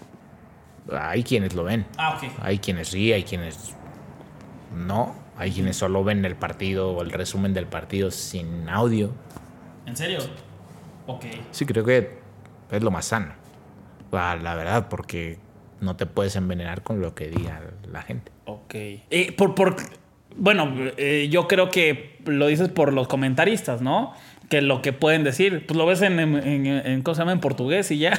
Hay quienes lo ven. Ah, ok. Hay quienes sí, hay quienes no. Hay quienes solo ven el partido o el resumen del partido sin audio. ¿En serio? Ok. Sí, creo que es lo más sano. La, la verdad, porque no te puedes envenenar con lo que diga la gente. Ok. Eh, por, por, bueno, eh, yo creo que lo dices por los comentaristas, ¿no? Que lo que pueden decir, pues lo ves en, en, en, en ¿cómo se llama? En portugués y ya.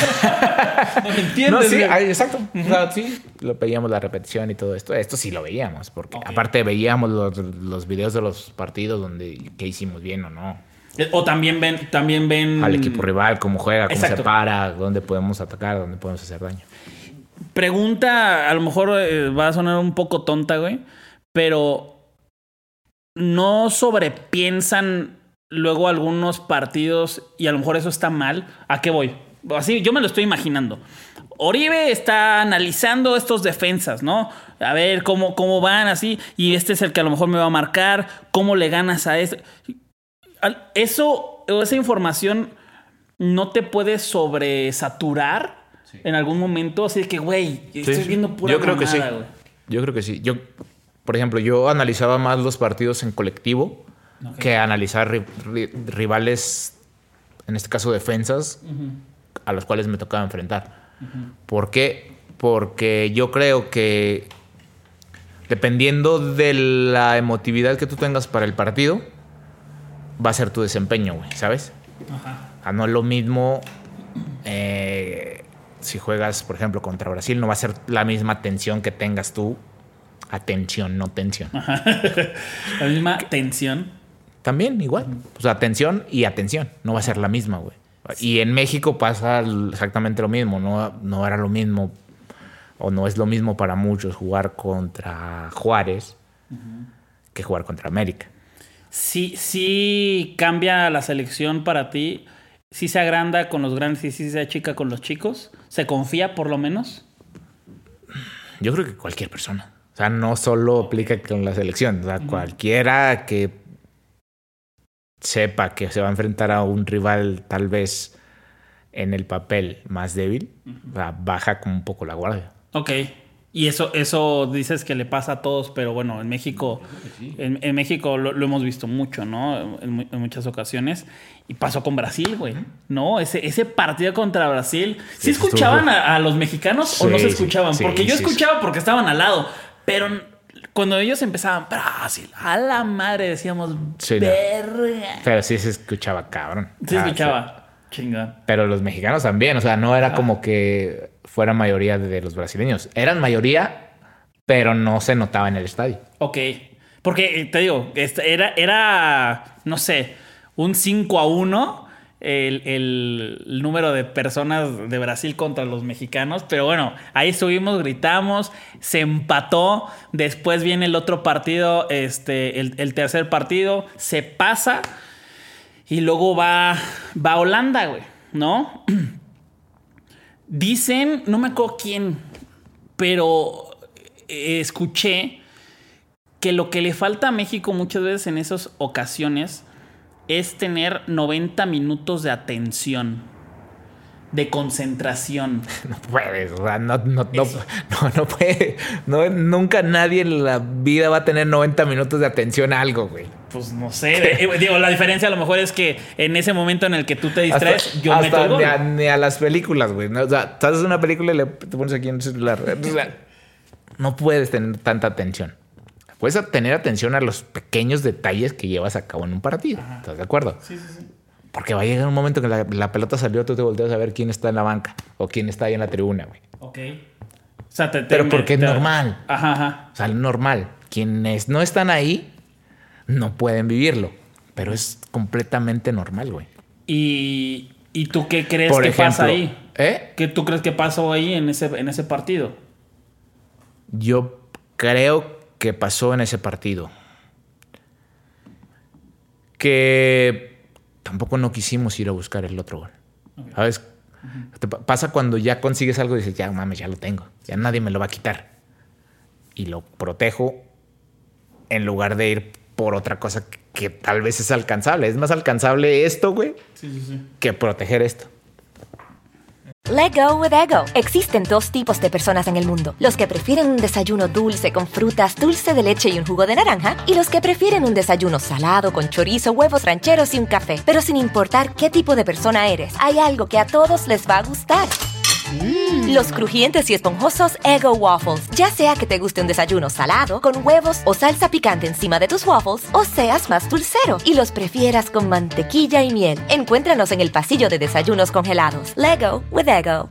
No me entiendes. No, sí, güey. ah, exacto. O sea, sí, lo veíamos la repetición y todo esto. Esto sí lo veíamos, porque Ok. aparte veíamos los, los videos de los partidos donde qué hicimos bien o no. Eh, O también ven, también ven Al equipo rival, cómo juega, cómo Exacto. se para, dónde podemos atacar, dónde podemos hacer daño. Pregunta, a lo mejor eh, va a sonar un poco tonta, güey, pero no sobrepiensan luego algunos partidos y a lo mejor eso está mal. ¿A qué voy? Así, yo me lo estoy imaginando. Oribe está analizando estos defensas, ¿no? A ver cómo, cómo van así, y este es el que a lo mejor me va a marcar, cómo le ganas a este. Al- Eso, esa información no te puede sobresaturar en algún momento, así de que, güey, estoy Sí, viendo pura yo creo que sí. mamada, güey. Yo creo que sí. Yo, por ejemplo, yo analizaba más los partidos en colectivo Ok. que analizar ri- ri- rivales, en este caso defensas, a los cuales me tocaba enfrentar. ¿Por qué? Porque yo creo que dependiendo de la emotividad que tú tengas para el partido, va a ser tu desempeño, güey, ¿sabes? Ajá. Ah, no es lo mismo eh, si juegas, por ejemplo, contra Brasil, no va a ser la misma tensión que tengas tú. Atención, no tensión. La misma tensión. También igual. O sea, atención y atención. No va a ser la misma, güey. Y en México pasa exactamente lo mismo. No, no era lo mismo, o no es lo mismo para muchos jugar contra Juárez que jugar contra América. Sí, sí cambia la selección para ti. Sí se agranda con los grandes y sí se achica con los chicos. ¿Se confía por lo menos? Yo creo que cualquier persona. O sea, no solo aplica con la selección. O sea, cualquiera que sepa que se va a enfrentar a un rival tal vez en el papel más débil, o sea, baja como un poco la guardia. Ok. Y eso, eso dices que le pasa a todos, pero bueno, en México, en, en México lo, lo hemos visto mucho, ¿no? En, mu- en muchas ocasiones. Y pasó con Brasil, güey. ¿No? Ese, ese partido contra Brasil. ¿Sí, Sí, estuvo- escuchaban a, a los mexicanos o no Sí, se sí, escuchaban? sí, porque yo sí, escuchaba porque estaban al lado. Pero cuando ellos empezaban, Brasil, a la madre decíamos, Sí, no. verga. Pero sí se escuchaba cabrón. Se O sea, escuchaba. Chingón. Pero los mexicanos también, o sea, no era como que fuera mayoría de los brasileños. Eran mayoría, pero no se notaba en el estadio. Ok. Porque eh, te digo, este, era, era, no sé, un cinco a uno el, el- el número de personas de Brasil contra los mexicanos. Pero bueno, ahí estuvimos, gritamos, se empató. Después viene el otro partido, este, el, el tercer partido, se pasa. Y luego va, va Holanda, güey, ¿no? Dicen, no me acuerdo quién, pero eh, escuché que lo que le falta a México muchas veces en esas ocasiones es tener noventa minutos de atención, de concentración. No puedes, o sea, no, no, no, no, no puede. No, nunca nadie en la vida va a tener noventa minutos de atención a algo, güey. Pues no sé, eh, digo, la diferencia a lo mejor es que en ese momento en el que tú te distraes, Hasta- yo meto hasta el gol. ni, a, ni a las películas, güey. ¿no? O sea, estás en una película y le, te pones aquí en el celular. O sea, no puedes tener tanta atención. Puedes tener atención a los pequeños detalles que llevas a cabo en un partido. Ajá. ¿Estás de acuerdo? Sí, sí, sí. Porque va a llegar un momento que la, la pelota salió, tú te volteas a ver quién está en la banca o quién está ahí en la tribuna, güey. Ok. O sea, te, te, Pero porque te, es normal. Ajá, ajá. O sea, normal. Quienes no están ahí no pueden vivirlo. Pero es completamente normal, güey. ¿Y, ¿Y tú qué crees Por que ejemplo, pasa ahí? ¿Eh? ¿Qué tú crees que pasó ahí en ese, en ese partido? Yo creo que pasó en ese partido que tampoco no quisimos ir a buscar el otro gol. Okay. ¿Sabes? Uh-huh. Te pasa cuando ya consigues algo y dices, ya mames, ya lo tengo. Ya nadie me lo va a quitar. Y lo protejo en lugar de ir por otra cosa que, que tal vez es alcanzable. Es más alcanzable esto, güey, sí, sí, sí. que proteger esto. Let go with ego. Existen dos tipos de personas en el mundo. Los que prefieren un desayuno dulce con frutas, dulce de leche y un jugo de naranja. Y los que prefieren un desayuno salado con chorizo, huevos rancheros y un café. Pero sin importar qué tipo de persona eres, hay algo que a todos les va a gustar. Mm. Los crujientes y esponjosos Eggo Waffles. Ya sea que te guste un desayuno salado, con huevos o salsa picante encima de tus waffles, o seas más dulcero y los prefieras con mantequilla y miel. Encuéntranos en el pasillo de desayunos congelados. Lego with Eggo.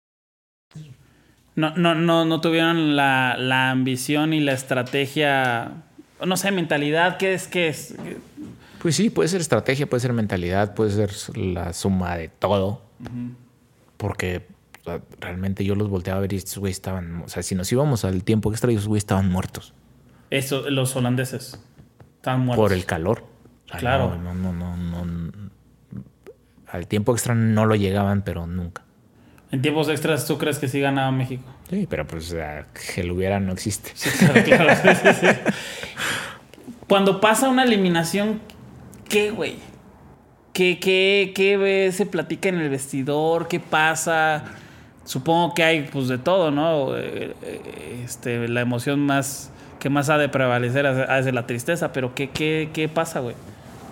No, no, no, no tuvieron la, la ambición y la estrategia, no sé, mentalidad. ¿Qué es? ¿Qué es? Pues sí, puede ser estrategia, puede ser mentalidad, puede ser la suma de todo. Uh-huh. Porque realmente yo los volteaba a ver y estos güeyes estaban... O sea, si nos íbamos al tiempo extra, esos güeyes estaban muertos. Eso, los holandeses estaban muertos. Por el calor. O sea, claro. No, no, no, no, no. Al tiempo extra no lo llegaban, pero nunca. ¿En tiempos extras tú crees que sí ganaba México? Sí, pero pues o sea, que lo hubiera no existe. Sí, claro, claro. Sí, sí, sí. Cuando pasa una eliminación, ¿qué, güey? ¿Qué, qué, qué se platica en el vestidor? ¿Qué pasa? Supongo que hay pues de todo, ¿no? Este, la emoción más que más ha de prevalecer es de la tristeza, pero ¿qué, qué, qué pasa, güey?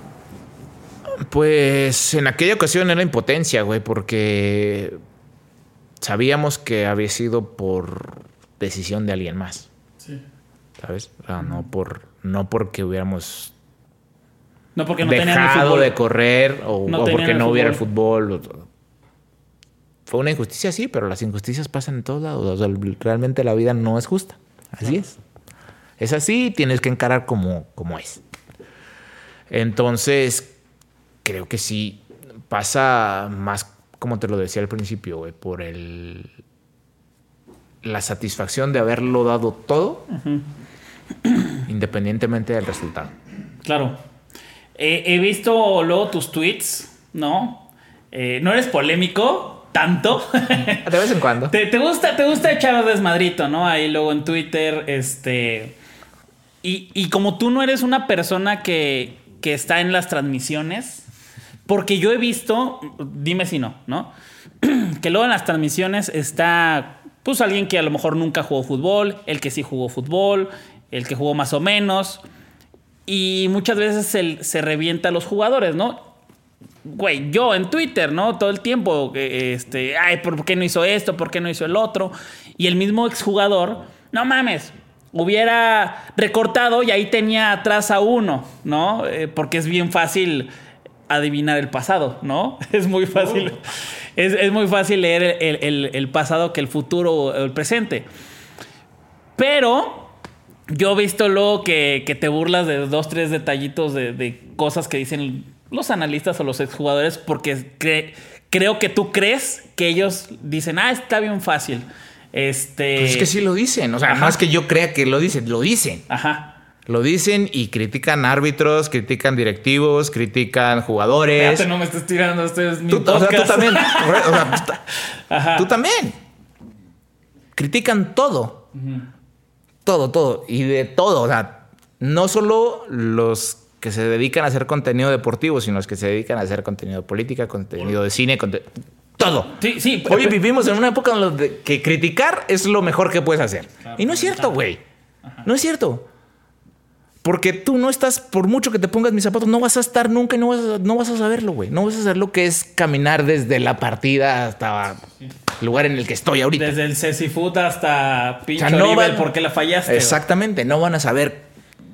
Pues en aquella ocasión era impotencia, güey, porque sabíamos que había sido por decisión de alguien más. Sí. ¿Sabes? O sea, no por no porque hubiéramos no porque no dejado de correr o, no o porque no el hubiera el fútbol. O, fue una injusticia, sí, pero las injusticias pasan en todos lados. O sea, realmente la vida no es justa. Así no. es. Es así, tienes que encarar como, como es. Entonces, creo que sí pasa más, como te lo decía al principio, güey, por el la satisfacción de haberlo dado todo, uh-huh. independientemente del resultado. Claro. Eh, he visto luego tus tweets, ¿no? Eh, no eres polémico tanto. De vez en cuando. ¿Te, te gusta, te gusta echar desmadrito, ¿no? Ahí luego en Twitter, este... Y, y como tú no eres una persona que, que está en las transmisiones, porque yo he visto, dime si no, ¿no? Que luego en las transmisiones está, pues, alguien que a lo mejor nunca jugó fútbol, el que sí jugó fútbol, el que jugó más o menos, y muchas veces se, se revienta a los jugadores, ¿no? Güey, yo en Twitter, ¿no? Todo el tiempo, este, ay, ¿por qué no hizo esto? ¿Por qué no hizo el otro? Y el mismo exjugador, no mames, hubiera recortado y ahí tenía atrás a uno, ¿no? Eh, porque es bien fácil adivinar el pasado, ¿no? Es muy fácil. Uh. Es, es muy fácil leer el, el, el pasado que el futuro o el presente. Pero yo he visto luego que, que te burlas de dos, tres detallitos de, de cosas que dicen los analistas o los exjugadores, porque cre- creo que tú crees que ellos dicen, ah, está bien fácil. Este... Pues es que sí lo dicen. O sea, Ajá. no es que yo crea que lo dicen, lo dicen. Ajá. Lo dicen y critican árbitros, critican directivos, critican jugadores. Fíjate, no me estás tirando, este es mi tú, podcast. O sea, tú también. O sea, Ajá. Tú también. Critican todo. Uh-huh. Todo, todo. Y de todo. O sea, no solo los que se dedican a hacer contenido deportivo, sino los que se dedican a hacer contenido de política, contenido de cine, conte- todo. Sí, sí. Hoy pero... vivimos en una época en la que criticar es lo mejor que puedes hacer. Claro, y no es cierto, güey. No es cierto. Porque tú no estás, por mucho que te pongas mis zapatos, no vas a estar nunca y no vas a, no vas a saberlo, güey. No vas a saber lo que es caminar desde la partida hasta sí. el lugar en el que estoy ahorita. Desde el Cecifoot hasta pinche o sea, no Oribe, ¿por qué la fallaste? Exactamente. Güey. No van a saber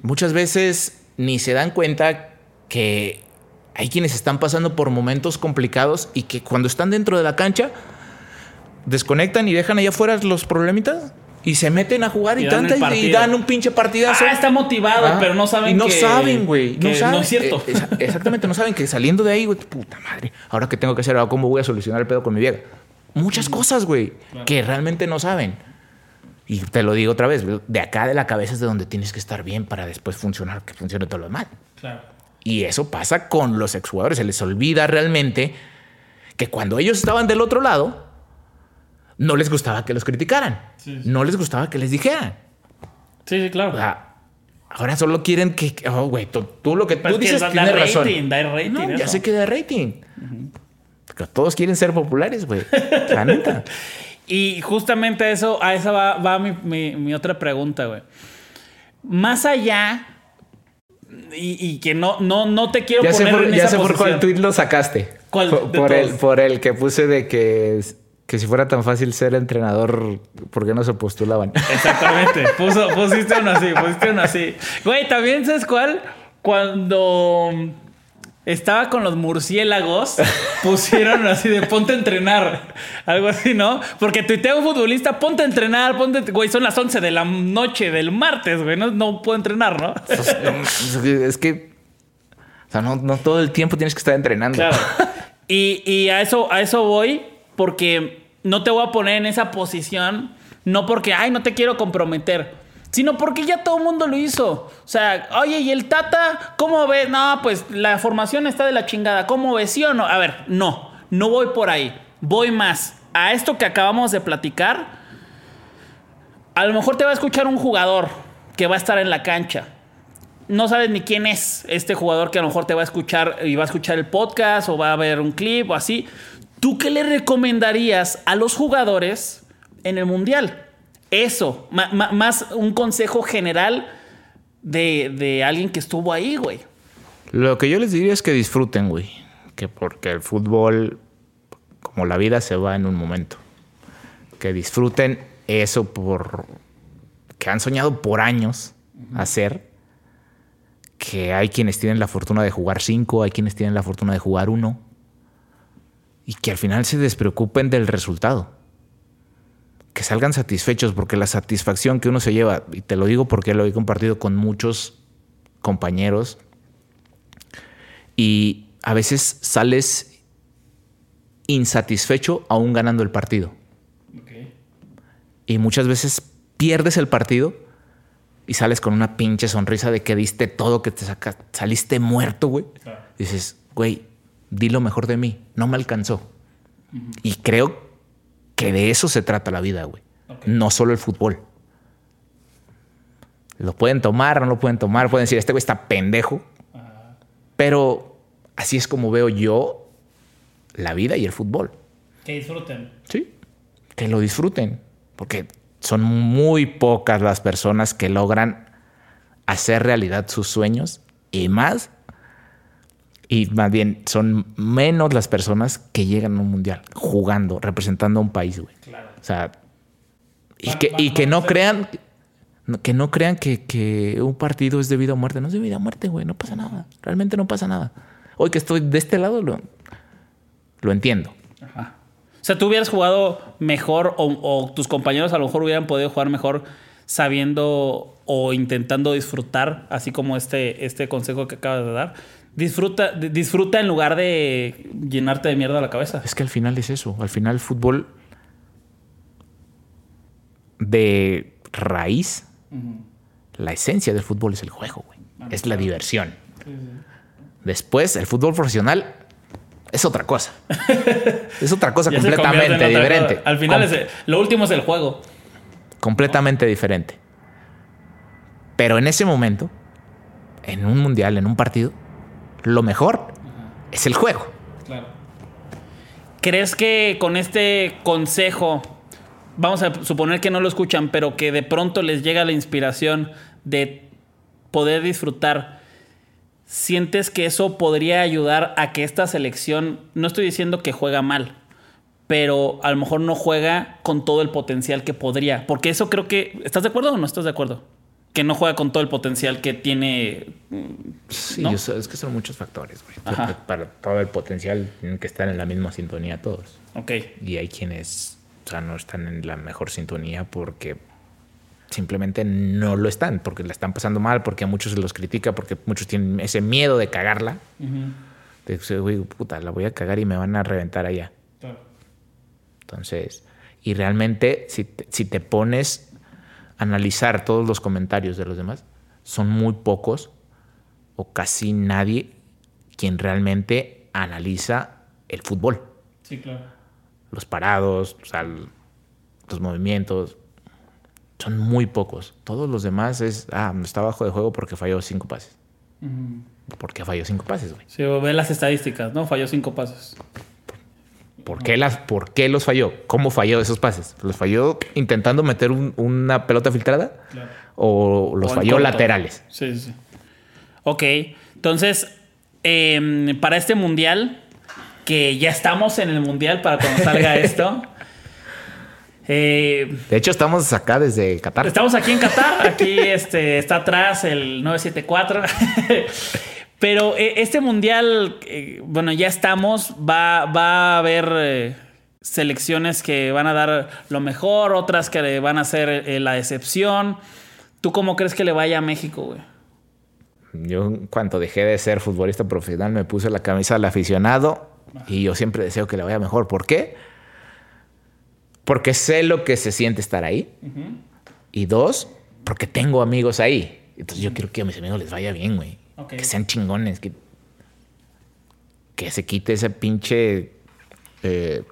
muchas veces ni se dan cuenta que hay quienes están pasando por momentos complicados y que cuando están dentro de la cancha desconectan y dejan allá afuera los problemitas y se meten a jugar y, y, dan, tanta, y dan un pinche partidazo. Ah, está motivado, ah, pero no saben y no que... saben, güey. No saben. No es cierto. Eh, exactamente, no saben que saliendo de ahí, güey, puta madre, ¿ahora qué tengo que hacer? ¿Cómo voy a solucionar el pedo con mi vieja? Muchas cosas, güey, claro. que realmente no saben. Y te lo digo otra vez, de acá de la cabeza es de donde tienes que estar bien para después funcionar, que funcione todo lo demás. Claro. Y eso pasa con los exjugadores. Se les olvida realmente que cuando ellos estaban del otro lado, no les gustaba que los criticaran. Sí, sí. No les gustaba que les dijeran. Sí, sí, claro. O sea, ahora solo quieren que... Oh, güey, tú, tú lo que Pero tú dices da, tienes da razón. Rating, da rating, no, eso. Ya sé que da rating. Uh-huh. Porque todos quieren ser populares, güey. La neta. Y justamente eso, a esa va, va mi, mi, mi otra pregunta, güey. Más allá... Y, y que no, no, no te quiero ya poner por, en ya esa sé posición. por cuál tweet lo sacaste. ¿Cuál? Por, por, el, por el que puse de que, que si fuera tan fácil ser entrenador, ¿por qué no se postulaban? Exactamente. Puso, pusiste uno así, pusiste uno así. Güey, también ¿sabes cuál? Cuando estaba con los murciélagos, pusieron así de ponte a entrenar. Algo así, ¿no? Porque tuitea un futbolista, ponte a entrenar, ponte... Güey, son las once de la noche del martes, güey. No, no puedo entrenar, ¿no? Es que... O sea, no, no todo el tiempo tienes que estar entrenando. Claro. Y, y a, eso, a eso voy porque no te voy a poner en esa posición, no porque, ay, no te quiero comprometer, sino porque ya todo el mundo lo hizo. O sea, oye, ¿y el Tata cómo ves? No, pues la formación está de la chingada. ¿Cómo ves? ¿Sí o no? A ver, no, no voy por ahí. Voy más a esto que acabamos de platicar. A lo mejor te va a escuchar un jugador que va a estar en la cancha. No sabes ni quién es este jugador que a lo mejor te va a escuchar y va a escuchar el podcast o va a ver un clip o así. ¿Tú qué le recomendarías a los jugadores en el Mundial? Eso, ma- ma- más un consejo general de, de alguien que estuvo ahí, güey. Lo que yo les diría es que disfruten, güey. Que porque el fútbol, como la vida, se va en un momento. Que disfruten eso por que han soñado por años uh-huh. hacer. Que hay quienes tienen la fortuna de jugar cinco, hay quienes tienen la fortuna de jugar uno. Y que al final se despreocupen del resultado. Que salgan satisfechos, porque la satisfacción que uno se lleva, y te lo digo porque lo he compartido con muchos compañeros, y a veces sales insatisfecho aún ganando el partido. Okay. Y muchas veces pierdes el partido y sales con una pinche sonrisa de que diste todo, que te saca, saliste muerto, güey. Claro. Dices, güey, di lo mejor de mí, no me alcanzó. Uh-huh. Y creo que de eso se trata la vida, güey. Okay. No solo el fútbol. Lo pueden tomar, no lo pueden tomar. Pueden decir, este güey está pendejo. Uh-huh. Pero así es como veo yo la vida y el fútbol. Que disfruten. Sí, que lo disfruten. Porque son muy pocas las personas que logran hacer realidad sus sueños. Y más... Y más bien, son menos las personas que llegan a un mundial jugando, representando a un país, güey. Claro. O sea, y va, que, va, y que no crean, que no crean que, que un partido es de vida o muerte. No es de vida o muerte, güey. No pasa nada. Realmente no pasa nada. Hoy que estoy de este lado, lo, lo entiendo. Ajá. O sea, tú hubieras jugado mejor o, o tus compañeros a lo mejor hubieran podido jugar mejor sabiendo o intentando disfrutar, así como este, este consejo que acabas de dar. Disfruta, disfruta en lugar de llenarte de mierda la cabeza. Es que al final es eso. Al final el fútbol de raíz, uh-huh. la esencia del fútbol es el juego, güey. Ah, es claro. La diversión. Sí, sí. Después, el fútbol profesional es otra cosa. Es otra cosa completamente otra diferente. Cosa. Al final, Com- es, lo último es el juego. Completamente oh. diferente. Pero en ese momento, en un mundial, en un partido, lo mejor uh-huh. es el juego. Claro. ¿Crees que con este consejo, vamos a suponer que no lo escuchan, pero que de pronto les llega la inspiración de poder disfrutar, sientes que eso podría ayudar a que esta selección, no estoy diciendo que juega mal, pero a lo mejor no juega con todo el potencial que podría? Porque eso creo que... ¿Estás de acuerdo o no estás de acuerdo? que no juega con todo el potencial que tiene. Sí, ¿no? yo sé, es que son muchos factores, güey. Para, para todo el potencial tienen que estar en la misma sintonía todos. Ok. Y hay quienes, o sea, no están en la mejor sintonía porque simplemente no lo están, porque la están pasando mal, porque a muchos se los critica, porque muchos tienen ese miedo de cagarla. Uh-huh. De decir, güey, puta, la voy a cagar y me van a reventar allá. Claro. Entonces, y realmente, si te, si te pones a analizar todos los comentarios de los demás, son muy pocos o casi nadie quien realmente analiza el fútbol. Sí, claro. Los parados, o sea, los movimientos. Son muy pocos. Todos los demás es, ah, está bajo de juego porque falló cinco pases. Uh-huh. ¿Por qué falló cinco pases, güey? Sí, ve las estadísticas, ¿no? Falló cinco pases. ¿Por qué, las, ¿Por qué los falló? ¿Cómo falló esos pases? ¿Los falló intentando meter un, una pelota filtrada? Claro. ¿O los o falló laterales? Sí, sí. Ok, entonces, eh, para este mundial, que ya estamos en el mundial para cuando salga esto... Eh, de hecho, estamos acá desde Qatar. Estamos aquí en Qatar. Aquí este, está atrás el nueve siete cuatro. Pero eh, este mundial, eh, bueno, ya estamos. Va, va a haber eh, selecciones que van a dar lo mejor, otras que van a ser eh, la decepción. ¿Tú cómo crees que le vaya a México, güey? Yo, en cuanto dejé de ser futbolista profesional, me puse la camisa del aficionado. Ah. Y yo siempre deseo que le vaya mejor. ¿Por qué? Porque sé lo que se siente estar ahí. Uh-huh. Y dos, porque tengo amigos ahí. Entonces yo quiero que a mis amigos les vaya bien, güey. Okay. Que sean chingones. Que, que se quite ese pinche... Eh,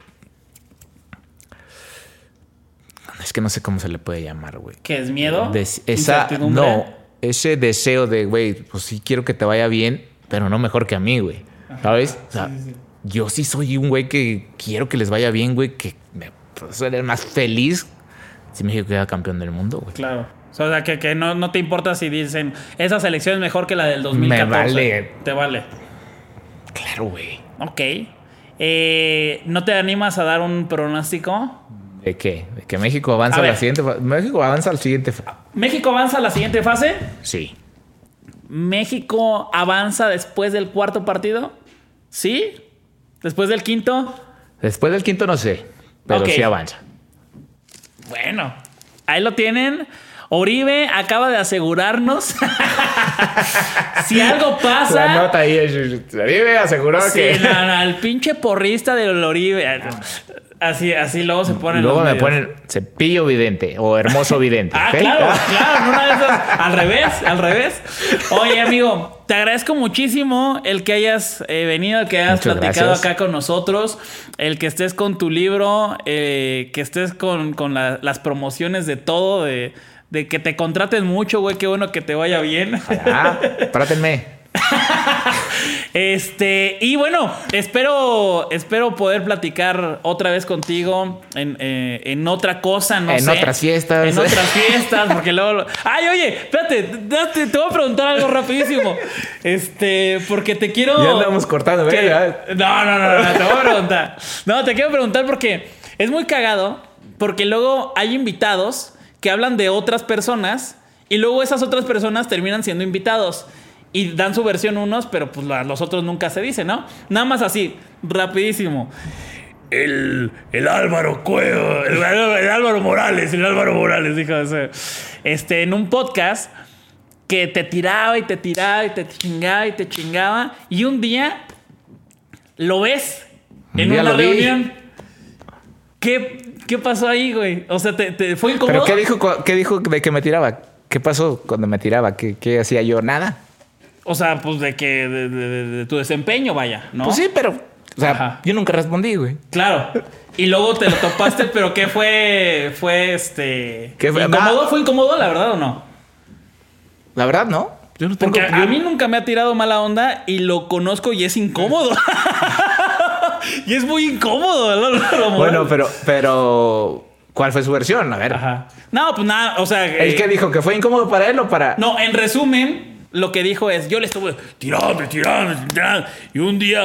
es que no sé cómo se le puede llamar, güey. ¿Qué es miedo? De, esa, no, ese deseo de, güey, pues sí quiero que te vaya bien, pero no mejor que a mí, güey. ¿Sabes? O sea, sí, sí, sí. Yo sí soy un güey que quiero que les vaya bien, güey, que me... soy el más feliz si México queda campeón del mundo, güey. Claro. O sea, que, que no, no te importa si dicen esa selección es mejor que la del dos mil catorce. Me vale. Te vale. Claro, güey. Ok. Eh, ¿No te animas a dar un pronóstico? ¿De qué? ¿De que México avanza a, a la siguiente fase? ¿México avanza a la siguiente fase? ¿México avanza a la siguiente fase? Sí. ¿México avanza después del cuarto partido? ¿Sí? ¿Después del quinto? Después del quinto no sé. Pero okay. Sí avanza. Bueno, ahí lo tienen. Oribe acaba de asegurarnos. Si algo pasa... La nota ahí es... Oribe aseguró sí, que... No, no, el pinche porrista del Oribe. Así, así luego se ponen Luego los me medios. Ponen Cepillo Vidente o Hermoso Vidente. Ah, ¿okay? claro, claro. En una de esas, al revés, al revés. Oye, amigo, te agradezco muchísimo el que hayas eh, venido, el que hayas Muchas platicado gracias. Acá con nosotros, el que estés con tu libro, eh, que estés con, con la, las promociones de todo, de, de que te contraten mucho, güey. Qué bueno que te vaya bien. Ah, trátenme. Este, y bueno, espero, espero poder platicar otra vez contigo en, eh, en otra cosa, no en sé. En otras fiestas. En otras fiestas, porque luego... Ay, oye, espérate, te, te voy a preguntar algo rapidísimo. Este, porque te quiero... Ya andamos cortando, que, ¿eh? No, no, no, no, te voy a preguntar. No, te quiero preguntar porque es muy cagado, porque luego hay invitados que hablan de otras personas y luego esas otras personas terminan siendo invitados. Y dan su versión unos, pero pues los otros nunca se dicen, ¿no? Nada más así, rapidísimo. El, el Álvaro Cueva, el, el Álvaro Morales, el Álvaro Morales, dijo ese. Este, en un podcast que te tiraba y te tiraba y te chingaba y te chingaba. Y un día lo ves en una reunión. ¿Qué, ¿Qué pasó ahí, güey? O sea, ¿te, te fue incómodo? ¿Pero qué dijo, qué dijo de que me tiraba? ¿Qué pasó cuando me tiraba? ¿Qué, qué hacía yo? Nada. O sea, pues de que de, de, de tu desempeño, vaya, ¿no? Pues sí, pero o sea, Ajá. yo nunca respondí, güey. Claro. Y luego te lo topaste, pero ¿qué fue? Fue este... ¿Qué fue? ¿Incómodo? ¿Fue incómodo, la verdad o no? La verdad, no. Yo no tengo, Porque a, yo... a mí nunca me ha tirado mala onda y lo conozco y es incómodo. Y es muy incómodo. Lo, lo bueno, pero, pero... ¿Cuál fue su versión? A ver. Ajá. No, pues nada, o sea... ¿El eh... que dijo? ¿Que fue incómodo para él o para...? No, en resumen... Lo que dijo es, yo le estuve tirando, tirando, tirando. Y un día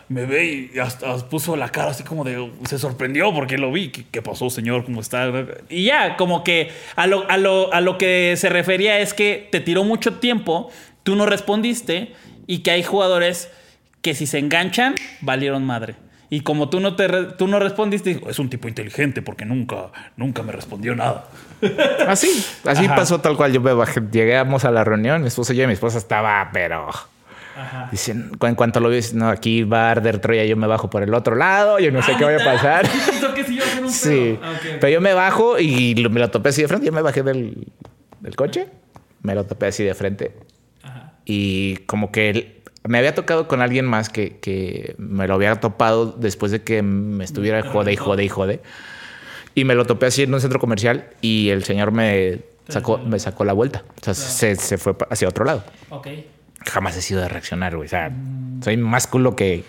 me ve y hasta puso la cara así como de... Se sorprendió porque lo vi. ¿Qué, qué pasó, señor? ¿Cómo está? Y ya, como que a lo, a, lo, a lo que se refería es que te tiró mucho tiempo, tú no respondiste y que hay jugadores que si se enganchan, valieron madre. Y como tú no, te re, tú no respondiste, dijo, es un tipo inteligente porque nunca, nunca me respondió nada. Así, así Ajá. pasó tal cual. Yo me bajé, llegamos a la reunión, mi esposa y yo, y mi esposa estaba, pero... Ajá. Dicen, en cuanto lo vi, no, aquí va a arder Troya, yo me bajo por el otro lado, yo no sé Ah, qué vaya a pasar. ¿Sí pensó que sí iba a ser un Sí, pedo? Ah, okay. Pero yo me bajo y lo, me lo topé así de frente. Yo me bajé del, del coche, me lo topé así de frente. Ajá. Y como que él, me había tocado con alguien más que, que me lo había topado después de que me estuviera jode y jode y jode. Y me lo topé así en un centro comercial y el señor me sacó, me sacó la vuelta. O sea, claro. se, se fue hacia otro lado. Ok. Jamás he sido de reaccionar, güey. O sea, mm. soy más culo que,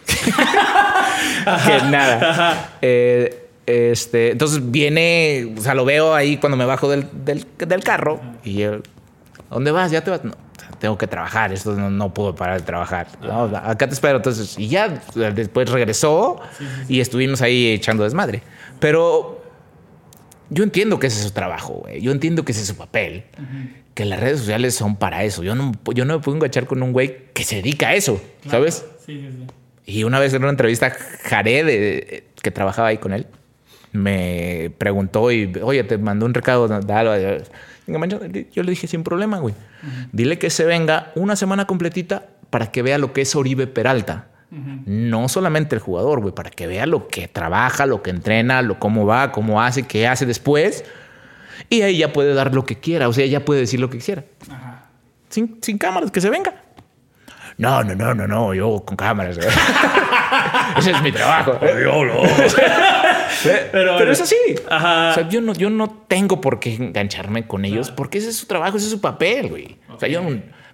que nada. Eh, este, entonces viene, o sea, lo veo ahí cuando me bajo del, del, del carro. Ajá. Y yo, ¿dónde vas? ¿Ya te vas? No, tengo que trabajar. Esto no, no puedo parar de trabajar. No, acá te espero. Entonces, y ya después regresó sí, sí, sí. y estuvimos ahí echando desmadre. Pero yo entiendo que ese es su trabajo, güey. Yo entiendo que ese es su papel. Uh-huh. Que las redes sociales son para eso. Yo no, yo no me puedo enganchar con un güey que se dedica a eso, claro. ¿sabes? Sí, sí, sí. Y una vez en una entrevista, Jared, de, que trabajaba ahí con él, me preguntó y, oye, te mandó un recado. Dale. Yo le dije, sin problema, güey. Uh-huh. Dile que se venga una semana completita para que vea lo que es Oribe Peralta. Uh-huh. No solamente el jugador, güey, para que vea lo que trabaja, lo que entrena, lo, cómo va, cómo hace, qué hace después. Y ahí ya puede dar lo que quiera. O sea, ya puede decir lo que quisiera. Ajá. Sin, sin cámaras, que se venga. No, no, no, no, no. Yo con cámaras. Ese es mi trabajo. Yo no. Pero, pero, pero es así. Ajá. O sea, yo no, yo no tengo por qué engancharme con ellos claro. porque ese es su trabajo, ese es su papel, güey. Okay. O sea, yo...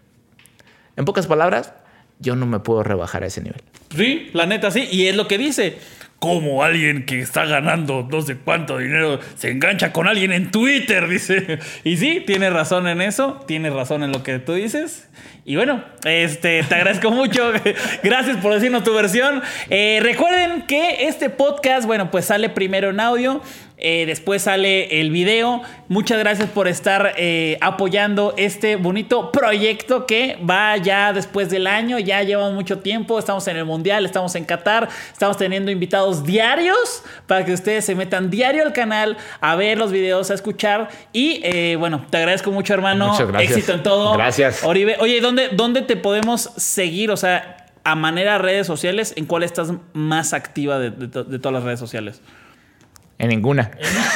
En pocas palabras, yo no me puedo rebajar a ese nivel. Sí, la neta sí. Y es lo que dice. Como alguien que está ganando no sé cuánto dinero se engancha con alguien en Twitter, dice. Y sí, tienes razón en eso, tienes razón en lo que tú dices. Y bueno, este, te agradezco mucho. Gracias por decirnos tu versión. Eh, recuerden que este podcast, bueno, pues sale primero en audio. Eh, después sale el video. Muchas gracias por estar eh, apoyando este bonito proyecto que va ya después del año. Ya llevamos mucho tiempo. Estamos en el Mundial, estamos en Qatar. Estamos teniendo invitados diarios para que ustedes se metan diario al canal a ver los videos, a escuchar. Y eh, bueno, te agradezco mucho, hermano. Muchas gracias. Éxito en todo. Gracias. Oribe, oye, ¿dónde, ¿dónde te podemos seguir? O sea, a manera de redes sociales, ¿en cuál estás más activa de, de, de todas las redes sociales? En ninguna.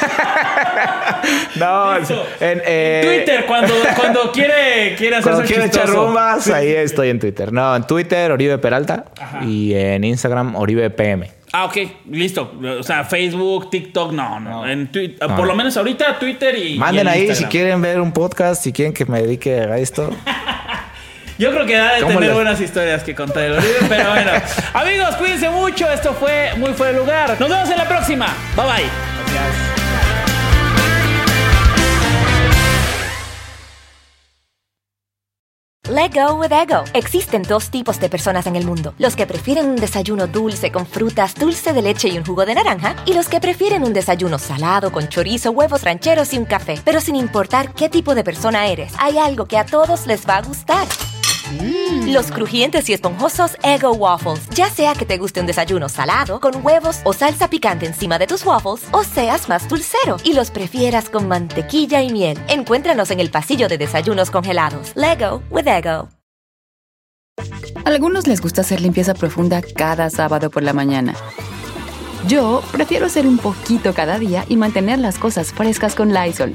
No, en, eh, Twitter, cuando, cuando quiere, quiere hacerse cuando quiere echar rumbas, sí, ahí sí, estoy en Twitter. No, en Twitter, Oribe Peralta. Ajá. Y en Instagram, Oribe P M. Ah, ok, listo. O sea, Facebook, TikTok, no, no. no. En twi- no. Por lo menos ahorita Twitter y manden y ahí Instagram. Si quieren ver un podcast, si quieren que me dedique a esto. Yo creo que da de tener les... buenas historias que contar el Oribe, pero bueno. Amigos, cuídense mucho. Esto fue Muy Fuera de Lugar. Nos vemos en la próxima. Bye, bye. Gracias. Let go with ego. Existen dos tipos de personas en el mundo. Los que prefieren un desayuno dulce con frutas, dulce de leche y un jugo de naranja. Y los que prefieren un desayuno salado con chorizo, huevos rancheros y un café. Pero sin importar qué tipo de persona eres, hay algo que a todos les va a gustar. Mm. Los crujientes y esponjosos Eggo Waffles. Ya sea que te guste un desayuno salado, con huevos o salsa picante encima de tus waffles, o seas más dulcero y los prefieras con mantequilla y miel. Encuéntranos en el pasillo de desayunos congelados. Lego with Eggo. A algunos les gusta hacer limpieza profunda cada sábado por la mañana. Yo prefiero hacer un poquito cada día y mantener las cosas frescas con Lysol.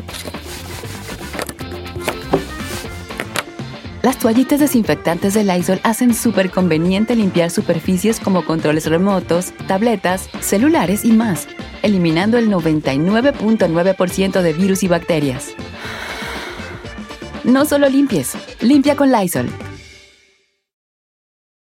Las toallitas desinfectantes de Lysol hacen súper conveniente limpiar superficies como controles remotos, tabletas, celulares y más, eliminando el noventa y nueve punto nueve por ciento de virus y bacterias. No solo limpies, limpia con Lysol.